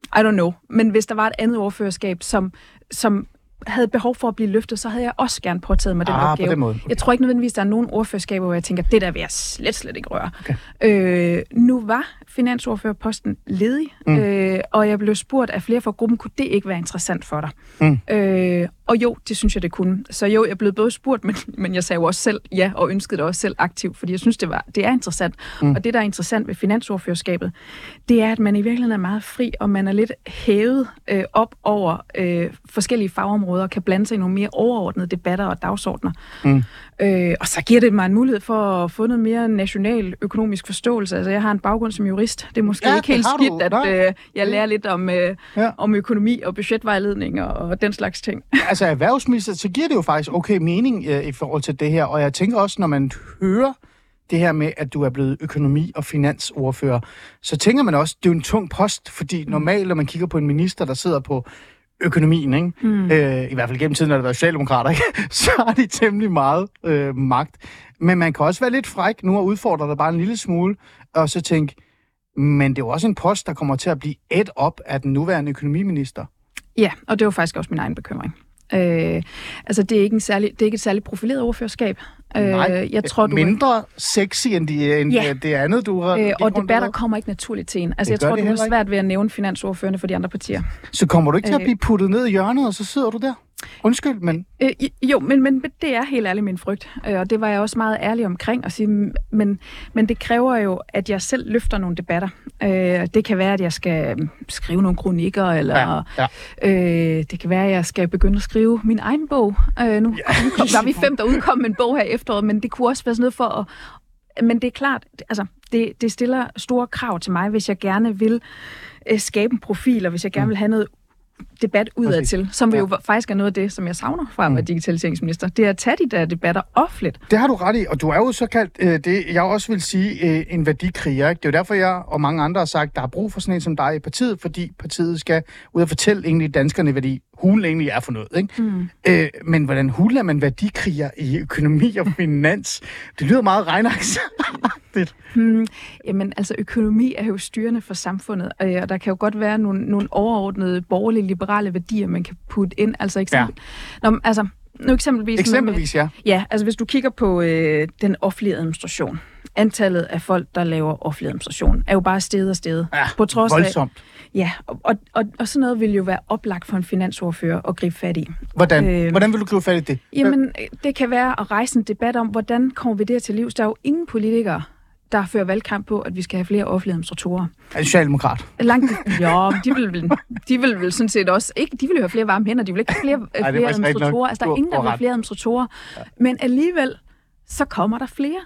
I don't know. Men hvis der var et andet ordførerskab, som, som havde behov for at blive løftet, så havde jeg også gerne påtaget mig den ah, opgave. På den måde. Okay. Jeg tror ikke nødvendigvis, der er nogen ordførerskaber, hvor jeg tænker, det der vil jeg slet, slet ikke røre. Okay. Øh, nu var finansordførerposten ledig, mm. øh, og jeg blev spurgt af flere fra gruppen, kunne det ikke være interessant for dig? Mm. Øh, og jo, det synes jeg, det kunne. Så jo, jeg blev både spurgt, men, men jeg sagde jo også selv ja, og ønskede det også selv aktivt, fordi jeg synes, det, var, det er interessant. Mm. Og det, der er interessant ved finansordførerskabet, det er, at man i virkeligheden er meget fri, og man er lidt hævet øh, op over øh, forskellige fagområder, og kan blande sig i nogle mere overordnede debatter og dagsordner. Mm. Øh, og så giver det mig en mulighed for at få noget mere national økonomisk forståelse. Altså, jeg har en baggrund som jurist. Det er måske ja, ikke helt skidt, du. at øh, jeg lærer lidt om, øh, ja. om økonomi og budgetvejledning og, og den slags ting. Altså erhvervsminister, så giver det jo faktisk okay mening øh, i forhold til det her. Og jeg tænker også, når man hører det her med, at du er blevet økonomi- og finansordfører, så tænker man også, det er jo en tung post, fordi mm. normalt, når man kigger på en minister, der sidder på økonomien, ikke? Mm. Øh, i hvert fald gennem tiden, når det var socialdemokrater, ikke? Så har de temmelig meget øh, magt. Men man kan også være lidt fræk nu og udfordre dig bare en lille smule, og så tænke, men det er jo også en post, der kommer til at blive ædt op af den nuværende økonomiminister. Ja, og det var faktisk også min egen bekymring. Øh, altså, det er ikke en særlig, det er ikke et særligt profileret ordførerskab. Nej, øh, jeg tror, du mindre er... sexy end, de, end ja. det andet, du har... Øh, og debatter kommer ikke naturligt til en. Altså, det jeg tror, det, det er svært ved at nævne finansordførerne for de andre partier. Så kommer du ikke til at blive puttet ned i hjørnet, og så sidder du der? Undskyld, men... Øh, jo, men, men det er helt ærligt min frygt, øh, og det var jeg også meget ærlig omkring at sige, men, men det kræver jo, at jeg selv løfter nogle debatter. Øh, det kan være, at jeg skal skrive nogle kronikker, eller ja, ja. Øh, det kan være, at jeg skal begynde at skrive min egen bog. Øh, nu ja. udkom, der er vi fem, der udkom en bog her i efteråret, men det kunne også være sådan noget for at... Men det er klart, altså, det, det stiller store krav til mig, hvis jeg gerne vil øh, skabe en profil, og hvis jeg gerne vil have noget debat udad til, som ja. jo faktisk er noget af det, som jeg savner fra at være digitaliseringsminister. Det er at tage de der debatter offentligt. Det har du ret i, og du er jo såkaldt, øh, det jeg også vil sige, øh, en værdikriger. Ikke? Det er jo derfor, jeg og mange andre har sagt, der er brug for sådan en som dig i partiet, fordi partiet skal ud og fortælle egentlig danskerne, hvad de hulen egentlig er for noget. Ikke? Mm. Øh, men hvordan hulen er man værdikriger i økonomi og finans? Det lyder meget regnagtigt. hmm, jamen, altså økonomi er jo styrende for samfundet, og der kan jo godt være nogle, nogle overordnede borgerlige liberale værdier, man kan putte ind. Altså eksempel, ja. Nå, altså, nu eksempelvis... Eksempelvis, med, ja. Ja, altså hvis du kigger på øh, den offentlige administration, antallet af folk, der laver offentlig administration, er jo bare steget og steget. Ja, på trods voldsomt. Af, ja, og, og, og, og sådan noget vil jo være oplagt for en finansordfører at gribe fat i. Hvordan? Øh, hvordan vil du gribe fat i det? Jamen, det kan være at rejse en debat om, hvordan kommer vi det til livs. Der er jo ingen politikere, der fører valgkamp på, at vi skal have flere offentlige administratorer. Er socialdemokrat? Langt, ja, de vil, vil, de vil vel sådan set også ikke, de vil jo have flere varme hænder, de vil ikke have flere, Ej, flere administratorer. Altså, der er ingen, der vil have flere administratorer. Ja. Men alligevel, så kommer der flere.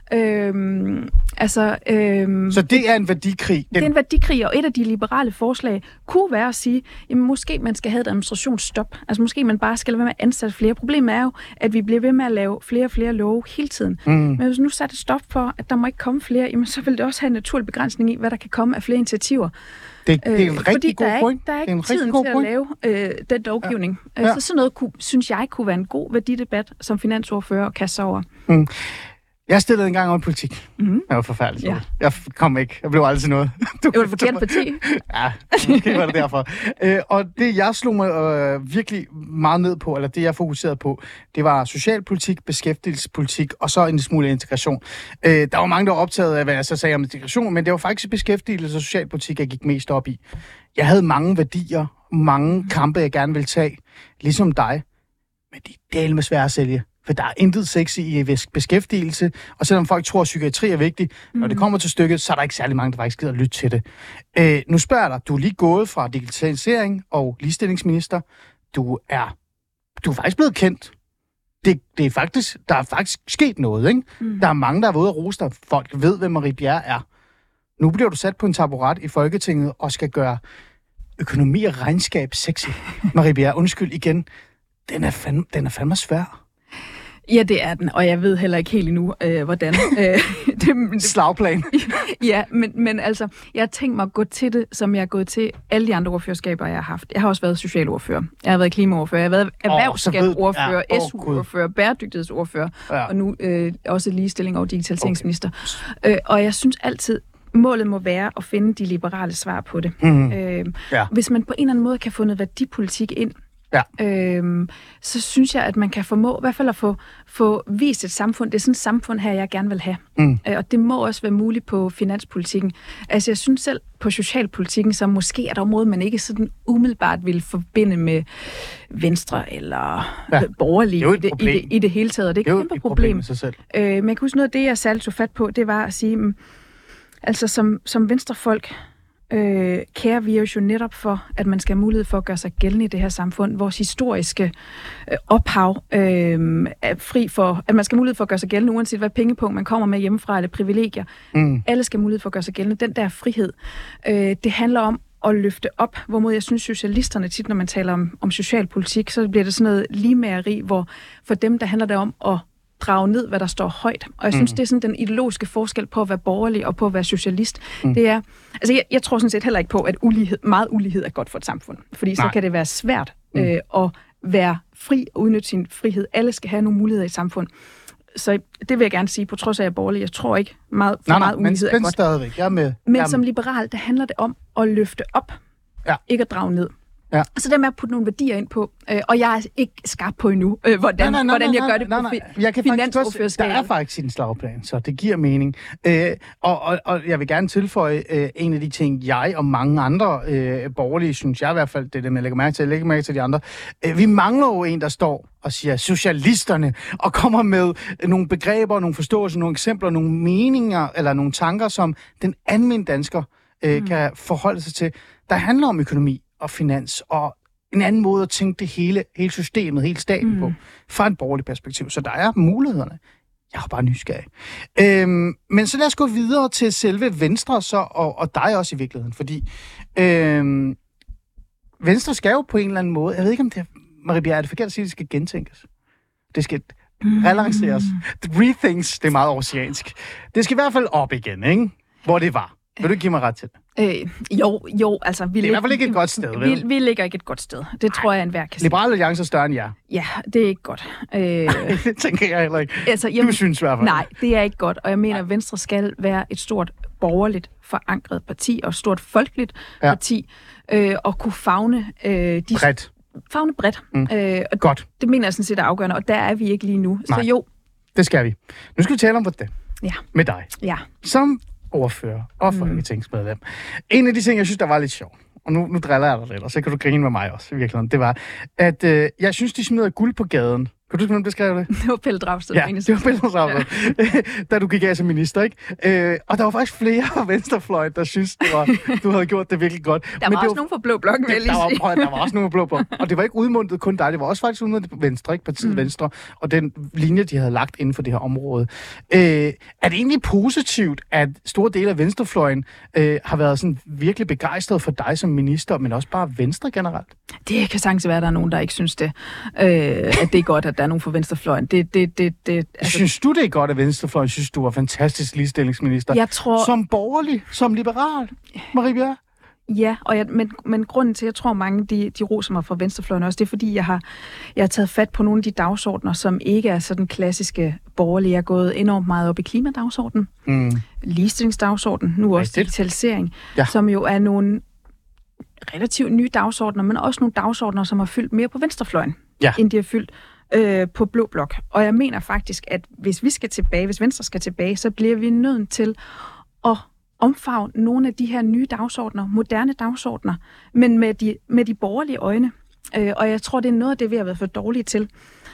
Øhm, altså, øhm, så det er en værdikrig? Den... Det er en værdikrig, og et af de liberale forslag kunne være at sige, jamen måske man skal have et administrationsstop. Altså måske man bare skal lade være med at ansætte flere. Problemet er jo, at vi bliver ved med at lave flere og flere love hele tiden. Mm. Men hvis nu satte et stop for, at der må ikke komme flere, jamen så vil det også have en naturlig begrænsning i, hvad der kan komme af flere initiativer. Det, det er en øh, rigtig god point. Der er ikke, der er ikke er tiden til point. at lave øh, den lovgivning. Ja. Ja. Så sådan noget kunne, synes jeg kunne være en god værdidebat som finansordfører at kaste sig over. Mm. Jeg stillede engang om politik. Mm-hmm. Det var forfærdeligt. Ja. Jeg kom ikke. Jeg blev aldrig til noget. Du det var et forkert parti. Ja, måske var det derfor. øh, og det, jeg slog mig øh, virkelig meget ned på, eller det, jeg fokuserede på, det var socialpolitik, beskæftigelsespolitik, og så en smule integration. Øh, der var mange, der var optaget af, hvad jeg så sagde om integration, men det var faktisk beskæftigelse og socialpolitik, jeg gik mest op i. Jeg havde mange værdier, mange kampe, jeg gerne ville tage, ligesom dig, men de er delt med svære at sælge. For der er intet sexy i beskæftigelse, og selvom folk tror, at psykiatri er vigtig, mm. når det kommer til stykket, så er der ikke særlig mange, der faktisk gider at lytte til det. Øh, nu spørger jeg dig, du er lige gået fra digitalisering og ligestillingsminister. Du er, du er faktisk blevet kendt. Det, det er faktisk, der er faktisk sket noget, ikke? Mm. Der er mange, der er ude og rose dig. Folk ved, hvem Marie Bjerre er. Nu bliver du sat på en taburet i Folketinget og skal gøre økonomi og regnskab sexy. Marie Bjerre, undskyld igen. Den er fandme, den er fandme svær. Ja, det er den, og jeg ved heller ikke helt endnu, øh, hvordan. Øh, det, det, Slagplan. Ja, men, men altså, jeg har tænkt mig at gå til det, som jeg har gået til alle de andre ordførerskaber, jeg har haft. Jeg har også været socialordfører, jeg har været klimaordfører, jeg har været erhvervsskatordfører, oh, ja, S U-ordfører, bæredygtighedsordfører, ja. Og nu øh, også ligestilling og digitaliseringsminister. Okay. Øh, og jeg synes altid, målet må være at finde de liberale svar på det. Mm. Øh, Ja. Hvis man på en eller anden måde kan få noget værdipolitik ind, Ja. Øhm, så synes jeg, at man kan formå, i hvert fald at få, få vist et samfund. Det er sådan et samfund her, jeg gerne vil have. Mm. Øh, og det må også være muligt på finanspolitikken. Altså, jeg synes selv på socialpolitikken, så måske er et område, man ikke sådan umiddelbart vil forbinde med Venstre eller Ja. borgerlige Det er jo i et det, i, problem. det, i det hele taget. Og det er Det er jo et kæmpe et problem. problem i sig selv. Øh, men jeg kan huske noget af det, jeg særligt tog fat på, det var at sige, mm, altså som, som venstrefolk, øh, kærer vi os jo netop for, at man skal have mulighed for at gøre sig gældende i det her samfund. Vores historiske øh, ophav øh, er fri for, at man skal have mulighed for at gøre sig gældende, uanset hvad pengepunkt man kommer med hjemmefra, eller privilegier. Mm. Alle skal have mulighed for at gøre sig gældende. Den der frihed, øh, det handler om at løfte op, hvorimod jeg synes, socialisterne tit, når man taler om, om socialpolitik, så bliver det sådan noget ligemageri, hvor for dem, der handler det om at drage ned, hvad der står højt. Og jeg synes, mm. det er sådan den ideologiske forskel på at være borgerlig og på at være socialist. Mm. Det er, altså jeg, jeg tror sådan set heller ikke på, at ulighed, meget ulighed er godt for et samfund. Fordi Nej. så kan det være svært mm. øh, at være fri og udnytte sin frihed. Alle skal have nogle muligheder i et samfund. Så det vil jeg gerne sige, på trods af, at jeg er borgerlig. Jeg tror ikke, meget, for Nej, meget nej, ulighed men, er godt. Stadigvæk. Jeg er med. Men Jeg er som med. liberal, der handler det om at løfte op, Ja. ikke at drage ned. Ja. Så der med at putte nogle værdier ind på, øh, og jeg er ikke skarp på endnu, øh, hvordan, nej, nej, nej, hvordan jeg gør det nej, på nej, fi- jeg kan faktisk også, der finansordførerskabet. er faktisk en slagplan, så det giver mening. Øh, og, og, og jeg vil gerne tilføje øh, en af de ting, jeg og mange andre øh, borgerlige, synes jeg i hvert fald, det er det, man lægger mærke til, jeg lægger mærke til de andre. Øh, vi mangler jo en, der står og siger socialisterne, og kommer med nogle begreber, nogle forståelser, nogle eksempler, nogle meninger, eller nogle tanker, som den almindelige dansker øh, mm. kan forholde sig til, der handler om økonomi og finans, og en anden måde at tænke det hele, hele systemet, hele staten mm. på, fra et borgerligt perspektiv. Så der er mulighederne. Jeg er bare nysgerrig. Øhm, men så lad os gå videre til selve Venstre, så, og, og dig også i virkeligheden, fordi øhm, Venstre skal jo på en eller anden måde, jeg ved ikke om det er, Marie Bjerre, er det forkert at sige, at det skal gentænkes? Det skal mm. relanceres. Rethinks, det er meget oceansk. Det skal i hvert fald op igen, ikke? Hvor det var. Vil du ikke give mig ret til det? Øh, jo, jo, altså... Vi det er i hvert fald ikke et godt sted, vel? Vi, vi ligger ikke et godt sted. Det tror jeg, enhver kan sige. Liberale Alliance er større end jer. Ja, det er ikke godt. Øh, det tænker jeg heller ikke. Altså, jamen, du synes i hvert fald. Nej, det er ikke godt. Og jeg mener, at Venstre skal være et stort borgerligt forankret parti, og et stort folkeligt ja. parti, øh, og kunne favne... Øh, de bredt. Favne bredt. Mm. Øh, og godt. Det mener jeg sådan set er afgørende, og der er vi ikke lige nu. Nej. Så jo. Det skal vi. Nu skal vi tale om det. Ja. Med dig. Ja. Som ordfører og folketingsmedlem. Mm. En af de ting, jeg synes, der var lidt sjov, og nu, nu driller jeg dig lidt, og så kan du grine med mig også, i virkeligheden, det var, at øh, jeg synes, de smider guld på gaden. Kan du huske, hvem beskrev det? Det var Pelle Dragsted. Ja, det var Pelle Dragsted, ja. Da du gik af som minister, ikke? Øh, og der var faktisk flere fra venstrefløjen, der synes, det var, du havde gjort det virkelig godt. Der var Men også var, nogen fra Blå Blok, vil jeg lige der sige. var, der var også nogen fra Blå Blok. Og det var ikke udmundet kun dig, det var også faktisk udmundet på Venstre, ikke? Partiet mm. Venstre, og den linje, de havde lagt inden for det her område. Øh, er det egentlig positivt, at store dele af venstrefløjen øh, har været sådan virkelig begejstret for dig som minister, men også bare Venstre generelt? Det kan sagtens være, at der er nogen, der ikke synes det. Øh, at det er godt, at der er nogen fra venstrefløjen. Det, det, det, det, altså... Synes du, det er godt, at venstrefløjen synes, du var fantastisk ligestillingsminister? Jeg tror... Som borgerlig, som liberal, Marie Bjerre? Ja, og jeg, men, men grunden til, at jeg tror, mange de, de roser mig fra venstrefløjen også, det er, fordi jeg har, jeg har taget fat på nogle af de dagsordner, som ikke er sådan klassiske borgerlige. Jeg er gået enormt meget op i klimadagsordenen, mm. ligestillingsdagsordenen, nu også digitalisering, ja. Som jo er nogle relativt nye dagsordner, men også nogle dagsordner, som har fyldt mere på venstrefløjen, ja. End de har fyldt øh, på Blå Blok. Og jeg mener faktisk, at hvis vi skal tilbage, hvis Venstre skal tilbage, så bliver vi nødt til at omfavne nogle af de her nye dagsordner, moderne dagsordner, men med de, med de borgerlige øjne. Øh, og jeg tror, det er noget af det, vi har været for dårlige til.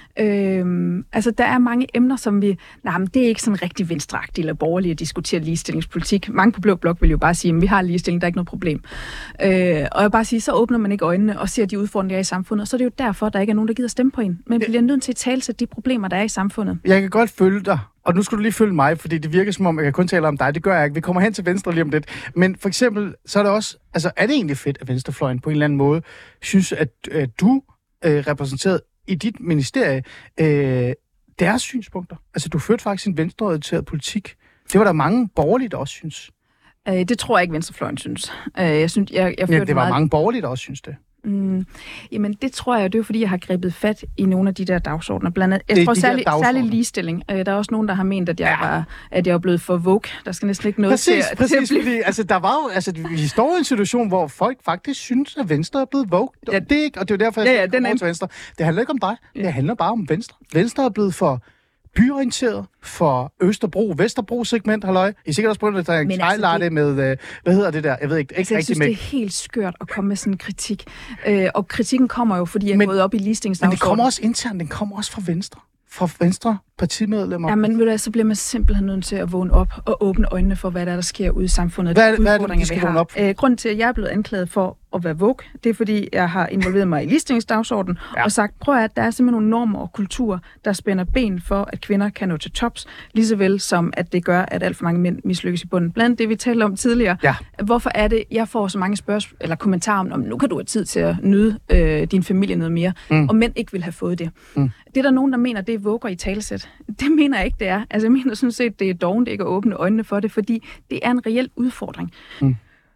Øhm, altså, der er mange emner, som vi... Nej, men det er ikke sådan rigtig venstreagtigt eller borgerligt at diskutere ligestillingspolitik. Mange på Blå Blok vil jo bare sige, at vi har ligestilling, der er ikke noget problem. Øh, og jeg vil bare sige, så åbner man ikke øjnene og ser de udfordringer, der er i samfundet. Så er det jo derfor, at der ikke er nogen, der gider stemme på en. Men vi bliver nødt til at tale til de problemer, der er i samfundet. Jeg kan godt følge dig. Og nu skal du lige følge mig, fordi det virker som om, jeg kan kun tale om dig. Det gør jeg ikke. Vi kommer hen til venstre lige om lidt. Men for eksempel, så er det også... Altså, er det egentlig fedt, at venstrefløjen på en eller anden måde synes, at, at du øh, repræsenteret i dit ministerie øh, deres synspunkter? Altså, du førte faktisk en venstreorienteret politik. Det var der mange borgerlige, der også synes. Øh, det tror jeg ikke, venstrefløjen synes. Øh, jeg synes jeg, jeg ja, det var meget... mange borgerlige, der også synes det. Mm, jamen, det tror jeg, det er fordi, jeg har grebet fat i nogle af de der dagsordner. Blandt andet, jeg Det- tror de der særlig, dagsordner. særlig ligestilling. Øh, der er også nogen, der har ment, at jeg, ja. var, at jeg var blevet for woke. Der skal næsten ikke noget Præcis, til, præcis, til at blive... fordi altså, der var jo, altså, vi står i en situation, hvor folk faktisk synes, at Venstre er blevet woke. Ja. Det er ikke, og det er jo derfor, jeg Ja, ja, ja, ja, den over er- til Venstre. Det handler ikke om dig, Ja. det handler bare om Venstre. Venstre er blevet for byorienteret, for Østerbro, Vesterbro-segment, halløj. I er sikkert også begyndt at tage en Men altså, highlighte det- med, øh, hvad hedder det der? Jeg ved ikke, ikke Altså, jeg rigtig synes, med. det er helt skørt at komme med sådan en kritik. Øh, og kritikken kommer jo, fordi jeg er Men- gået op i Men det ligestillingsdagsordenen. kommer også internt, den kommer også fra Venstre. Fra Venstre partimedlemmer. Ja, men ved du, hvad, så bliver man simpelthen nødt til at vågne op og åbne øjnene for, hvad der, er, der sker ude i samfundet. Hvad er de det- hvad er det, de udfordringer, skal vi har. vågne op for? Øh, grunden til, at jeg er blevet anklaget for at være woke, det er, fordi jeg har involveret mig i ligestillingsdagsordenen Ja. og sagt, prøv at der er simpelthen nogle normer og kulturer, der spænder ben for, at kvinder kan nå til tops, lige så vel som at det gør, at alt for mange mænd mislykkes i bunden. Blandt det, vi talte om tidligere. Ja. Hvorfor er det, jeg får så mange spørgsmål eller kommentarer om, om nu kan du have tid til at nyde øh, din familie noget mere, Mm. og mænd ikke vil have fået det. Mm. Det er der nogen, der mener, det er vugger i talesæt. Det mener jeg ikke, det er. Altså, jeg mener sådan set, det er dovent ikke at åbne øjnene for det, fordi det er en reel udfordring. Mm.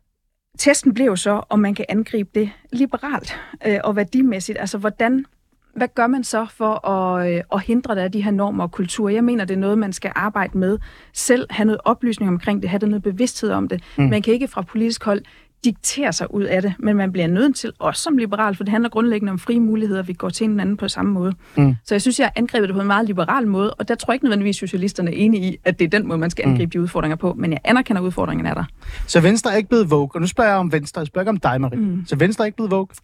Testen bliver jo så, om man kan angribe det liberalt øh, og værdimæssigt. Altså, hvordan, hvad gør man så for at, øh, at hindre det af de her normer og kulturer? Jeg mener, det er noget, man skal arbejde med. Selv have noget oplysning omkring det, have noget bevidsthed om det. Mm. Man kan ikke fra politisk hold diktere sig ud af det, men man bliver nødt til, også som liberal, for det handler grundlæggende om frie muligheder, vi går til hinanden på samme måde. Mm. Så jeg synes, jeg har angrebet det på en meget liberal måde, og der tror jeg ikke nødvendigvis, socialisterne er enige i, at det er den måde, man skal angribe mm. de udfordringer på, men jeg anerkender, at udfordringen er der. Så Venstre er ikke blevet woke, og nu spørger jeg om Venstre, jeg spørger ikke om dig, Marie. Mm. Så Venstre er ikke blevet woke?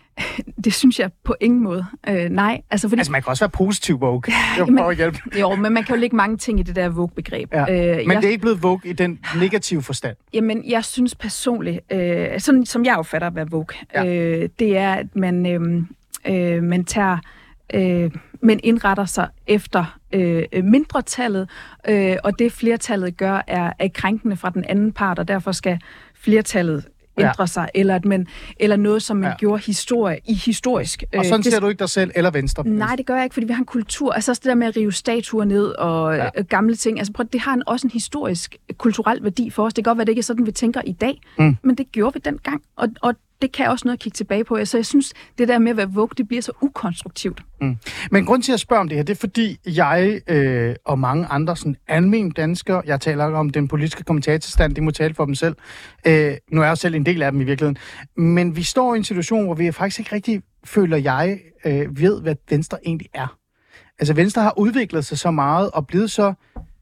Det synes jeg på ingen måde. Øh, nej, altså fordi... Altså, man kan også være positiv woke. Jeg Jamen, prøver at hjælpe. Jo, men man kan jo lægge mange ting i det der woke-begreb. Ja. Øh, Men jeg, det er ikke blevet woke i den negative forstand. Jamen, jeg synes personligt, øh, sådan som jeg opfatter at være woke, Ja. øh, det er, at man, øh, øh, man tager... Øh, men indretter sig efter øh, mindretallet, øh, og det flertallet gør, er, er krænkende fra den anden part, og derfor skal flertallet ændre Ja. sig, eller, at man, eller noget, som man Ja. ja. gjorde historie, i historisk. Og sådan Øh, det- ser du ikke dig selv eller Venstre? Nej, det gør jeg ikke, fordi vi har en kultur. Altså også det der med at rive statuer ned og Ja. ja. gamle ting. Altså prøv, det har en, også en historisk, kulturel værdi for os. Det kan godt være, det ikke er sådan, vi tænker i dag, Mm. men det gjorde vi dengang. Og, og det kan også noget at kigge tilbage på. Så jeg synes, det der med at være woke, det bliver så ukonstruktivt. Mm. Men grund til at spørge om det her, det er fordi jeg øh, og mange andre sådan almen danskere, jeg taler ikke om den politiske kommentatorstand, de må tale for dem selv. Øh, nu er jeg jo selv en del af dem i virkeligheden. Men vi står i en situation, hvor vi faktisk ikke rigtig, føler jeg, øh, ved, hvad Venstre egentlig er. Altså Venstre har udviklet sig så meget og blevet så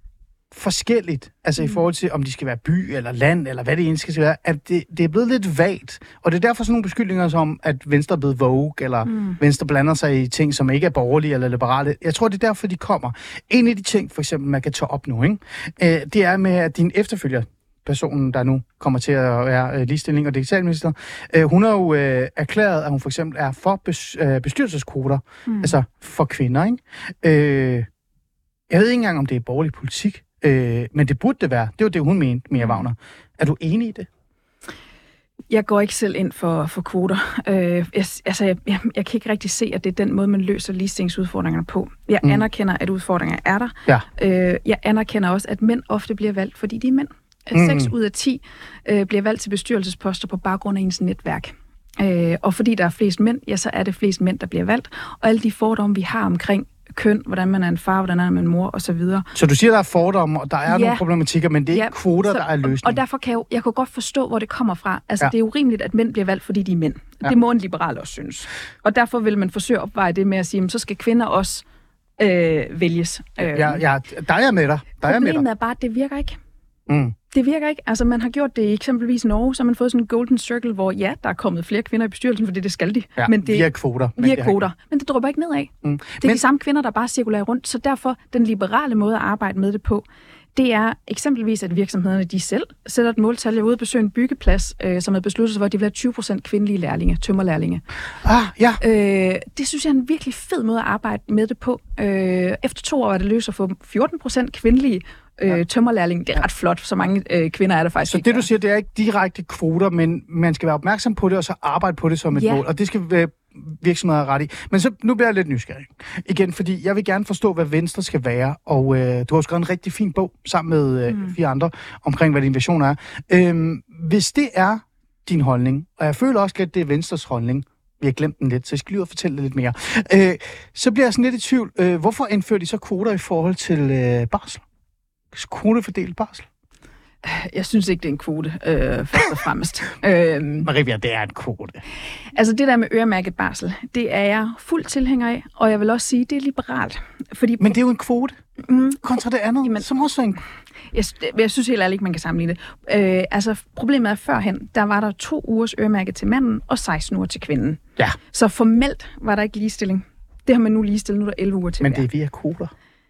forskelligt, altså mm. i forhold til, om de skal være by eller land, eller hvad det egentlig skal være, at det, det er blevet lidt vagt. Og det er derfor sådan nogle beskyldninger som, at Venstre er blevet woke, eller mm. Venstre blander sig i ting, som ikke er borgerlige eller liberale. Jeg tror, det er derfor, de kommer. En af de ting, for eksempel, man kan tage op nu, ikke? Øh, det er med, at din efterfølger, personen, der nu kommer til at være øh, ligestilling og digitalminister, øh, hun har jo øh, erklæret, at hun for eksempel er for bes, øh, bestyrelseskvoter, mm. altså for kvinder, ikke? Øh, jeg ved ikke engang, om det er borgerlig politik, øh, men det burde det være. Det var det, hun mente, Mia Wagner. Er du enig i det? Jeg går ikke selv ind for, for kvoter. Øh, jeg, altså, jeg, jeg, jeg kan ikke rigtig se, at det er den måde, man løser ligestillingsudfordringerne på. Jeg mm. anerkender, at udfordringer er der. Ja. Øh, jeg anerkender også, at mænd ofte bliver valgt, fordi de er mænd. Mm. seks ud af ti øh, bliver valgt til bestyrelsesposter på baggrund af ens netværk. Øh, og fordi der er flest mænd, ja, så er det flest mænd, der bliver valgt. Og alle de fordomme, vi har omkring køn, hvordan man er en far, hvordan er man en mor, osv. Så du siger, der er fordomme, og der er Ja. nogle problematikker, men det er Ja, ikke kvoter, så, der er løsningen. Og derfor kan jeg, jo, jeg kan godt forstå, hvor det kommer fra. Altså, Ja. ja. det er urimeligt, at mænd bliver valgt, fordi de er mænd. Ja. Ja. Det må en liberal også synes. Og derfor vil man forsøge at opveje det med at sige, så skal kvinder også øh, vælges. Øh, Ja, ja, der er jeg med dig. Der er jeg med dig. Problemet er bare, at det virker ikke. Mm. Det virker ikke. Altså, man har gjort det i eksempelvis Norge, så har man fået sådan en golden circle, hvor ja, der er kommet flere kvinder i bestyrelsen, fordi det skal de. Ja, men det, via kvoter. men via det har kvoter. Men det dropper ikke nedad. Mm. Det er Men- de samme kvinder, der bare cirkulerer rundt. Så derfor, den liberale måde at arbejde med det på, det er eksempelvis, at virksomhederne de selv sætter et måltal. Jeg er ude at besøge en byggeplads, øh, som er besluttet sig for, at de vil have tyve procent kvindelige lærlinge, tømmerlærlinge. Ah, ja. Øh, det synes jeg er en virkelig fed måde at arbejde med det på. Øh, efter to år er det løst at få fjorten procent kvindelige øh, tømmerlærlinge. Det er ret flot, så mange øh, kvinder er der faktisk Så ikke det, du der. siger, det er ikke direkte kvoter, men man skal være opmærksom på det, og så arbejde på det som et Ja. mål. Og det skal øh, virksomheder have ret i. Men så, nu bliver jeg lidt nysgerrig. Igen, fordi jeg vil gerne forstå, hvad Venstre skal være. Og øh, du har skrevet en rigtig fin bog sammen med øh, mm. fire andre omkring, hvad din vision er. Øhm, hvis det er din holdning, og jeg føler også lidt, det er Venstres holdning, Vi har glemt den lidt, så jeg skal lige ud og fortælle det lidt mere. Øh, så bliver jeg sådan lidt i tvivl. Øh, hvorfor indfører de så kvoter i forhold til øh, barsel? Kvotefordelt barsel? Jeg synes ikke, det er en kvote, øh, først og fremmest. øhm, Maria, det er en kvote. Altså det der med øremærket barsel, det er jeg fuldt tilhænger af, og jeg vil også sige, det er liberalt. Fordi Men det er jo en kvote, mm, kontra det andet, jamen, som også er en... Jeg, jeg synes helt ærligt ikke, man kan sammenligne det. Øh, altså problemet er, førhen, der var der to ugers øremærket til manden, og seksten uger til kvinden. Ja. Så formelt var der ikke ligestilling. Det har man nu ligestillet, nu er der elleve uger til Men hver. det er via kvoter.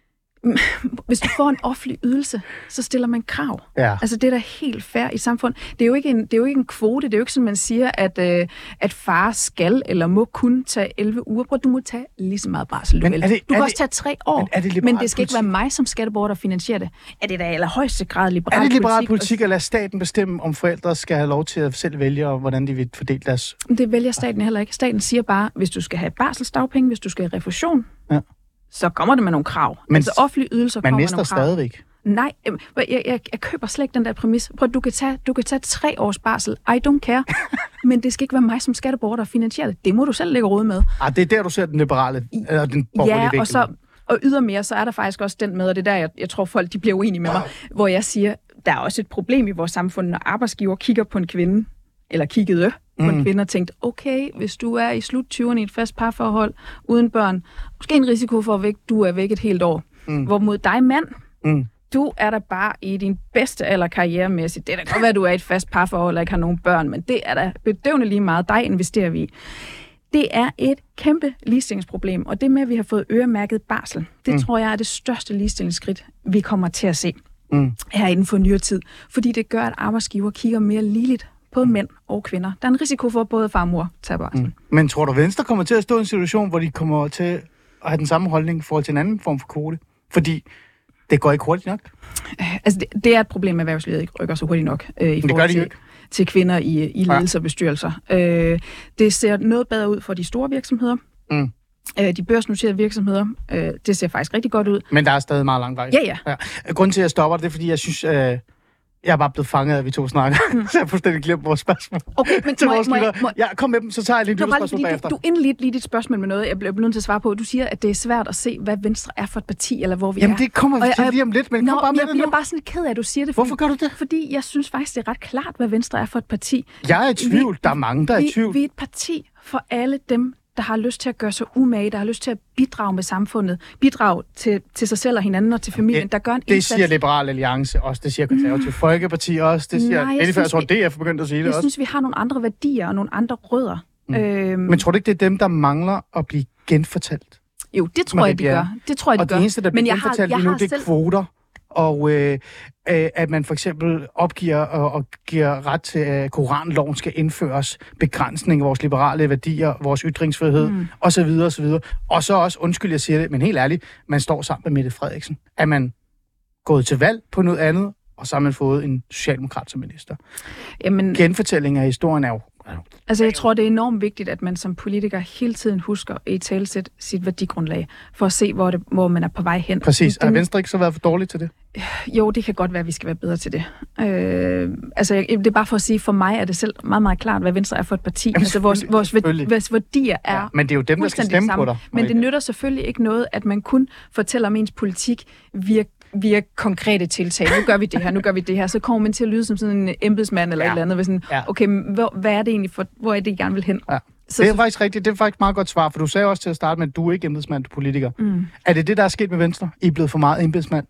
Hvis du får en offentlig ydelse, så stiller man krav. Ja. Altså det er da helt fair i samfund. Det er jo ikke en, det er jo ikke en kvote. Det er jo ikke sådan, man siger, at, øh, at far skal eller må kun tage elleve uger. Prøv, du må tage lige så meget barsel, du Men vil. er det- Du er kan det- også tage tre år, men er det men, liberal det skal ikke politik? være mig som skatteborger, der finansierer det. Er det da i allerhøjeste grad liberal Er det liberal politik? politik at lade staten bestemme, om forældre skal have lov til at selv vælge, hvordan de vil fordele deres... Det vælger staten heller ikke. Staten siger bare, hvis du skal have barselsdagpenge, hvis du skal have refusion, Ja. så kommer det med nogle krav. Men altså offentlige ydelser Man kommer med mister nogle krav. stadigvæk. Nej, jeg, jeg, jeg, jeg køber slet ikke den der præmis. Prøv, du kan tage, du kan tage tre års barsel. I don't care. Men det skal ikke være mig som skatteborger, der finansierer det. Det må du selv lægge råd med. Ah, det er der, du ser den liberale, eller den borgerlige Ja, vinkel. og så og ydermere, så er der faktisk også den med, og det er der, jeg, jeg tror, folk de bliver uenige med mig, hvor jeg siger, der er også et problem i vores samfund, når arbejdsgiver kigger på en kvinde, eller kiggede på en Mm. kvinde og tænkte, okay, hvis du er i slut tyverne i et fast parforhold, uden børn, måske en risiko for, at væk, du er væk et helt år. Mm. Hvorimod dig, mand, Mm. du er der bare i din bedste alder karrieremæssigt. Det er da godt være, at du er i et fast parforhold og ikke har nogen børn, men det er da bedøvende lige meget. Dig investerer vi i. Det er et kæmpe ligestillingsproblem, og det med, at vi har fået øremærket barsel, det mm. tror jeg er det største ligestillingsskridt, vi kommer til at se Mm. her inden for nyere tid. Fordi det gør, at arbejdsgiver kigger mere ligeligt på mænd og kvinder. Der er en risiko for, at både far og mor tager barsel. Mm. Men tror du, Venstre kommer til at stå i en situation, hvor de kommer til at have den samme holdning i forhold til en anden form for kvote? Fordi det går ikke hurtigt nok. Altså, det, det er et problem, at erhvervslivet ikke rykker så hurtigt nok øh, i det gør forhold de til, ikke. til kvinder i, i ledelser og bestyrelser. Øh, det ser noget bedre ud for de store virksomheder. Mm. Øh, de børsnoterede virksomheder, øh, det ser faktisk rigtig godt ud. Men der er stadig meget lang vej. Ja, ja. ja. Grunden til, at jeg stopper det, det er, fordi jeg synes, øh, jeg er bare blevet fanget af, at vi to snakker. Mm. Så jeg har fuldstændig glemt vores spørgsmål. Okay, men til må, vores må, lyttere. må, Ja, kom med dem, så tager jeg lige Nå, et bare spørgsmål lige, bagefter. du, du indledte lige dit spørgsmål med noget, jeg blev nødt til at svare på. Du siger, at det er svært at se, hvad Venstre er for et parti, eller hvor vi Jamen, er. det kommer vi Og til jeg- lige om lidt, men Nå, kom bare med jeg det bliver nu. bare sådan lidt ked af, at du siger det. Hvorfor gør du det? Fordi jeg synes faktisk, det er ret klart, hvad Venstre er for et parti. Jeg er i tvivl. Der er mange, der er i vi, tvivl. Vi er et parti for alle dem, der har lyst til at gøre sig umage, der har lyst til at bidrage med samfundet, bidrage til, til sig selv og hinanden og til familien, det, der gør en Det indsats. siger Liberal Alliance også, det siger Konservative mm. Folkeparti også, det siger... Nej, jeg Nej, jeg, synes, jeg tror, vi- D F begyndt at sige det Jeg også. synes, vi har nogle andre værdier og nogle andre rødder. Mm. Øhm, Men tror du ikke, det er dem, der mangler at blive genfortalt? jo, det tror jeg, de Marie gør. Det tror jeg, de Og gør. det eneste, der bliver Men jeg har, genfortalt jeg lige nu, har det er selv... kvoter. Og øh, øh, at man for eksempel opgiver og, og giver ret til, at koranloven skal indføres, begrænsning af vores liberale værdier, vores ytringsfrihed, mm. osv. osv. Og så også, undskyld, jeg siger det, men helt ærligt, man står sammen med Mette Frederiksen. Er man gået til valg på noget andet, og så har man fået en socialdemokrat som minister. Jamen, Genfortælling af historien er jo... altså, jeg tror, det er enormt vigtigt, at man som politiker hele tiden husker at italesætte sit værdigrundlag, for at se, hvor, det, hvor man er på vej hen. Præcis. Det- Har Venstre ikke så været for dårligt til det? Jo, det kan godt være, at vi skal være bedre til det. Øh, altså, jeg- det er bare for at sige, for mig er det selv meget, meget klart, hvad Venstre er for et parti. Jamen, altså, vores, vores, selvfølgelig. vores værdier er Ja, men det er jo dem, der skal fuldstændig stemme samme. på dig. Men det nytter selvfølgelig ikke noget, at man kun fortæller om ens politik via, via konkrete tiltag. Nu gør vi det her, nu gør vi det her. Så kommer man til at lyde som sådan en embedsmand eller Ja. et eller andet. Ved sådan, Ja. okay, men hvor, hvad er det egentlig for, hvor er det, I gerne vil hen? Ja. Så, Det er faktisk rigtigt. Det er faktisk et meget godt svar, for du sagde også til at starte med, at du er ikke embedsmand, du er politiker. mm, Er det det, der er sket med Venstre? I er blevet for meget embedsmand?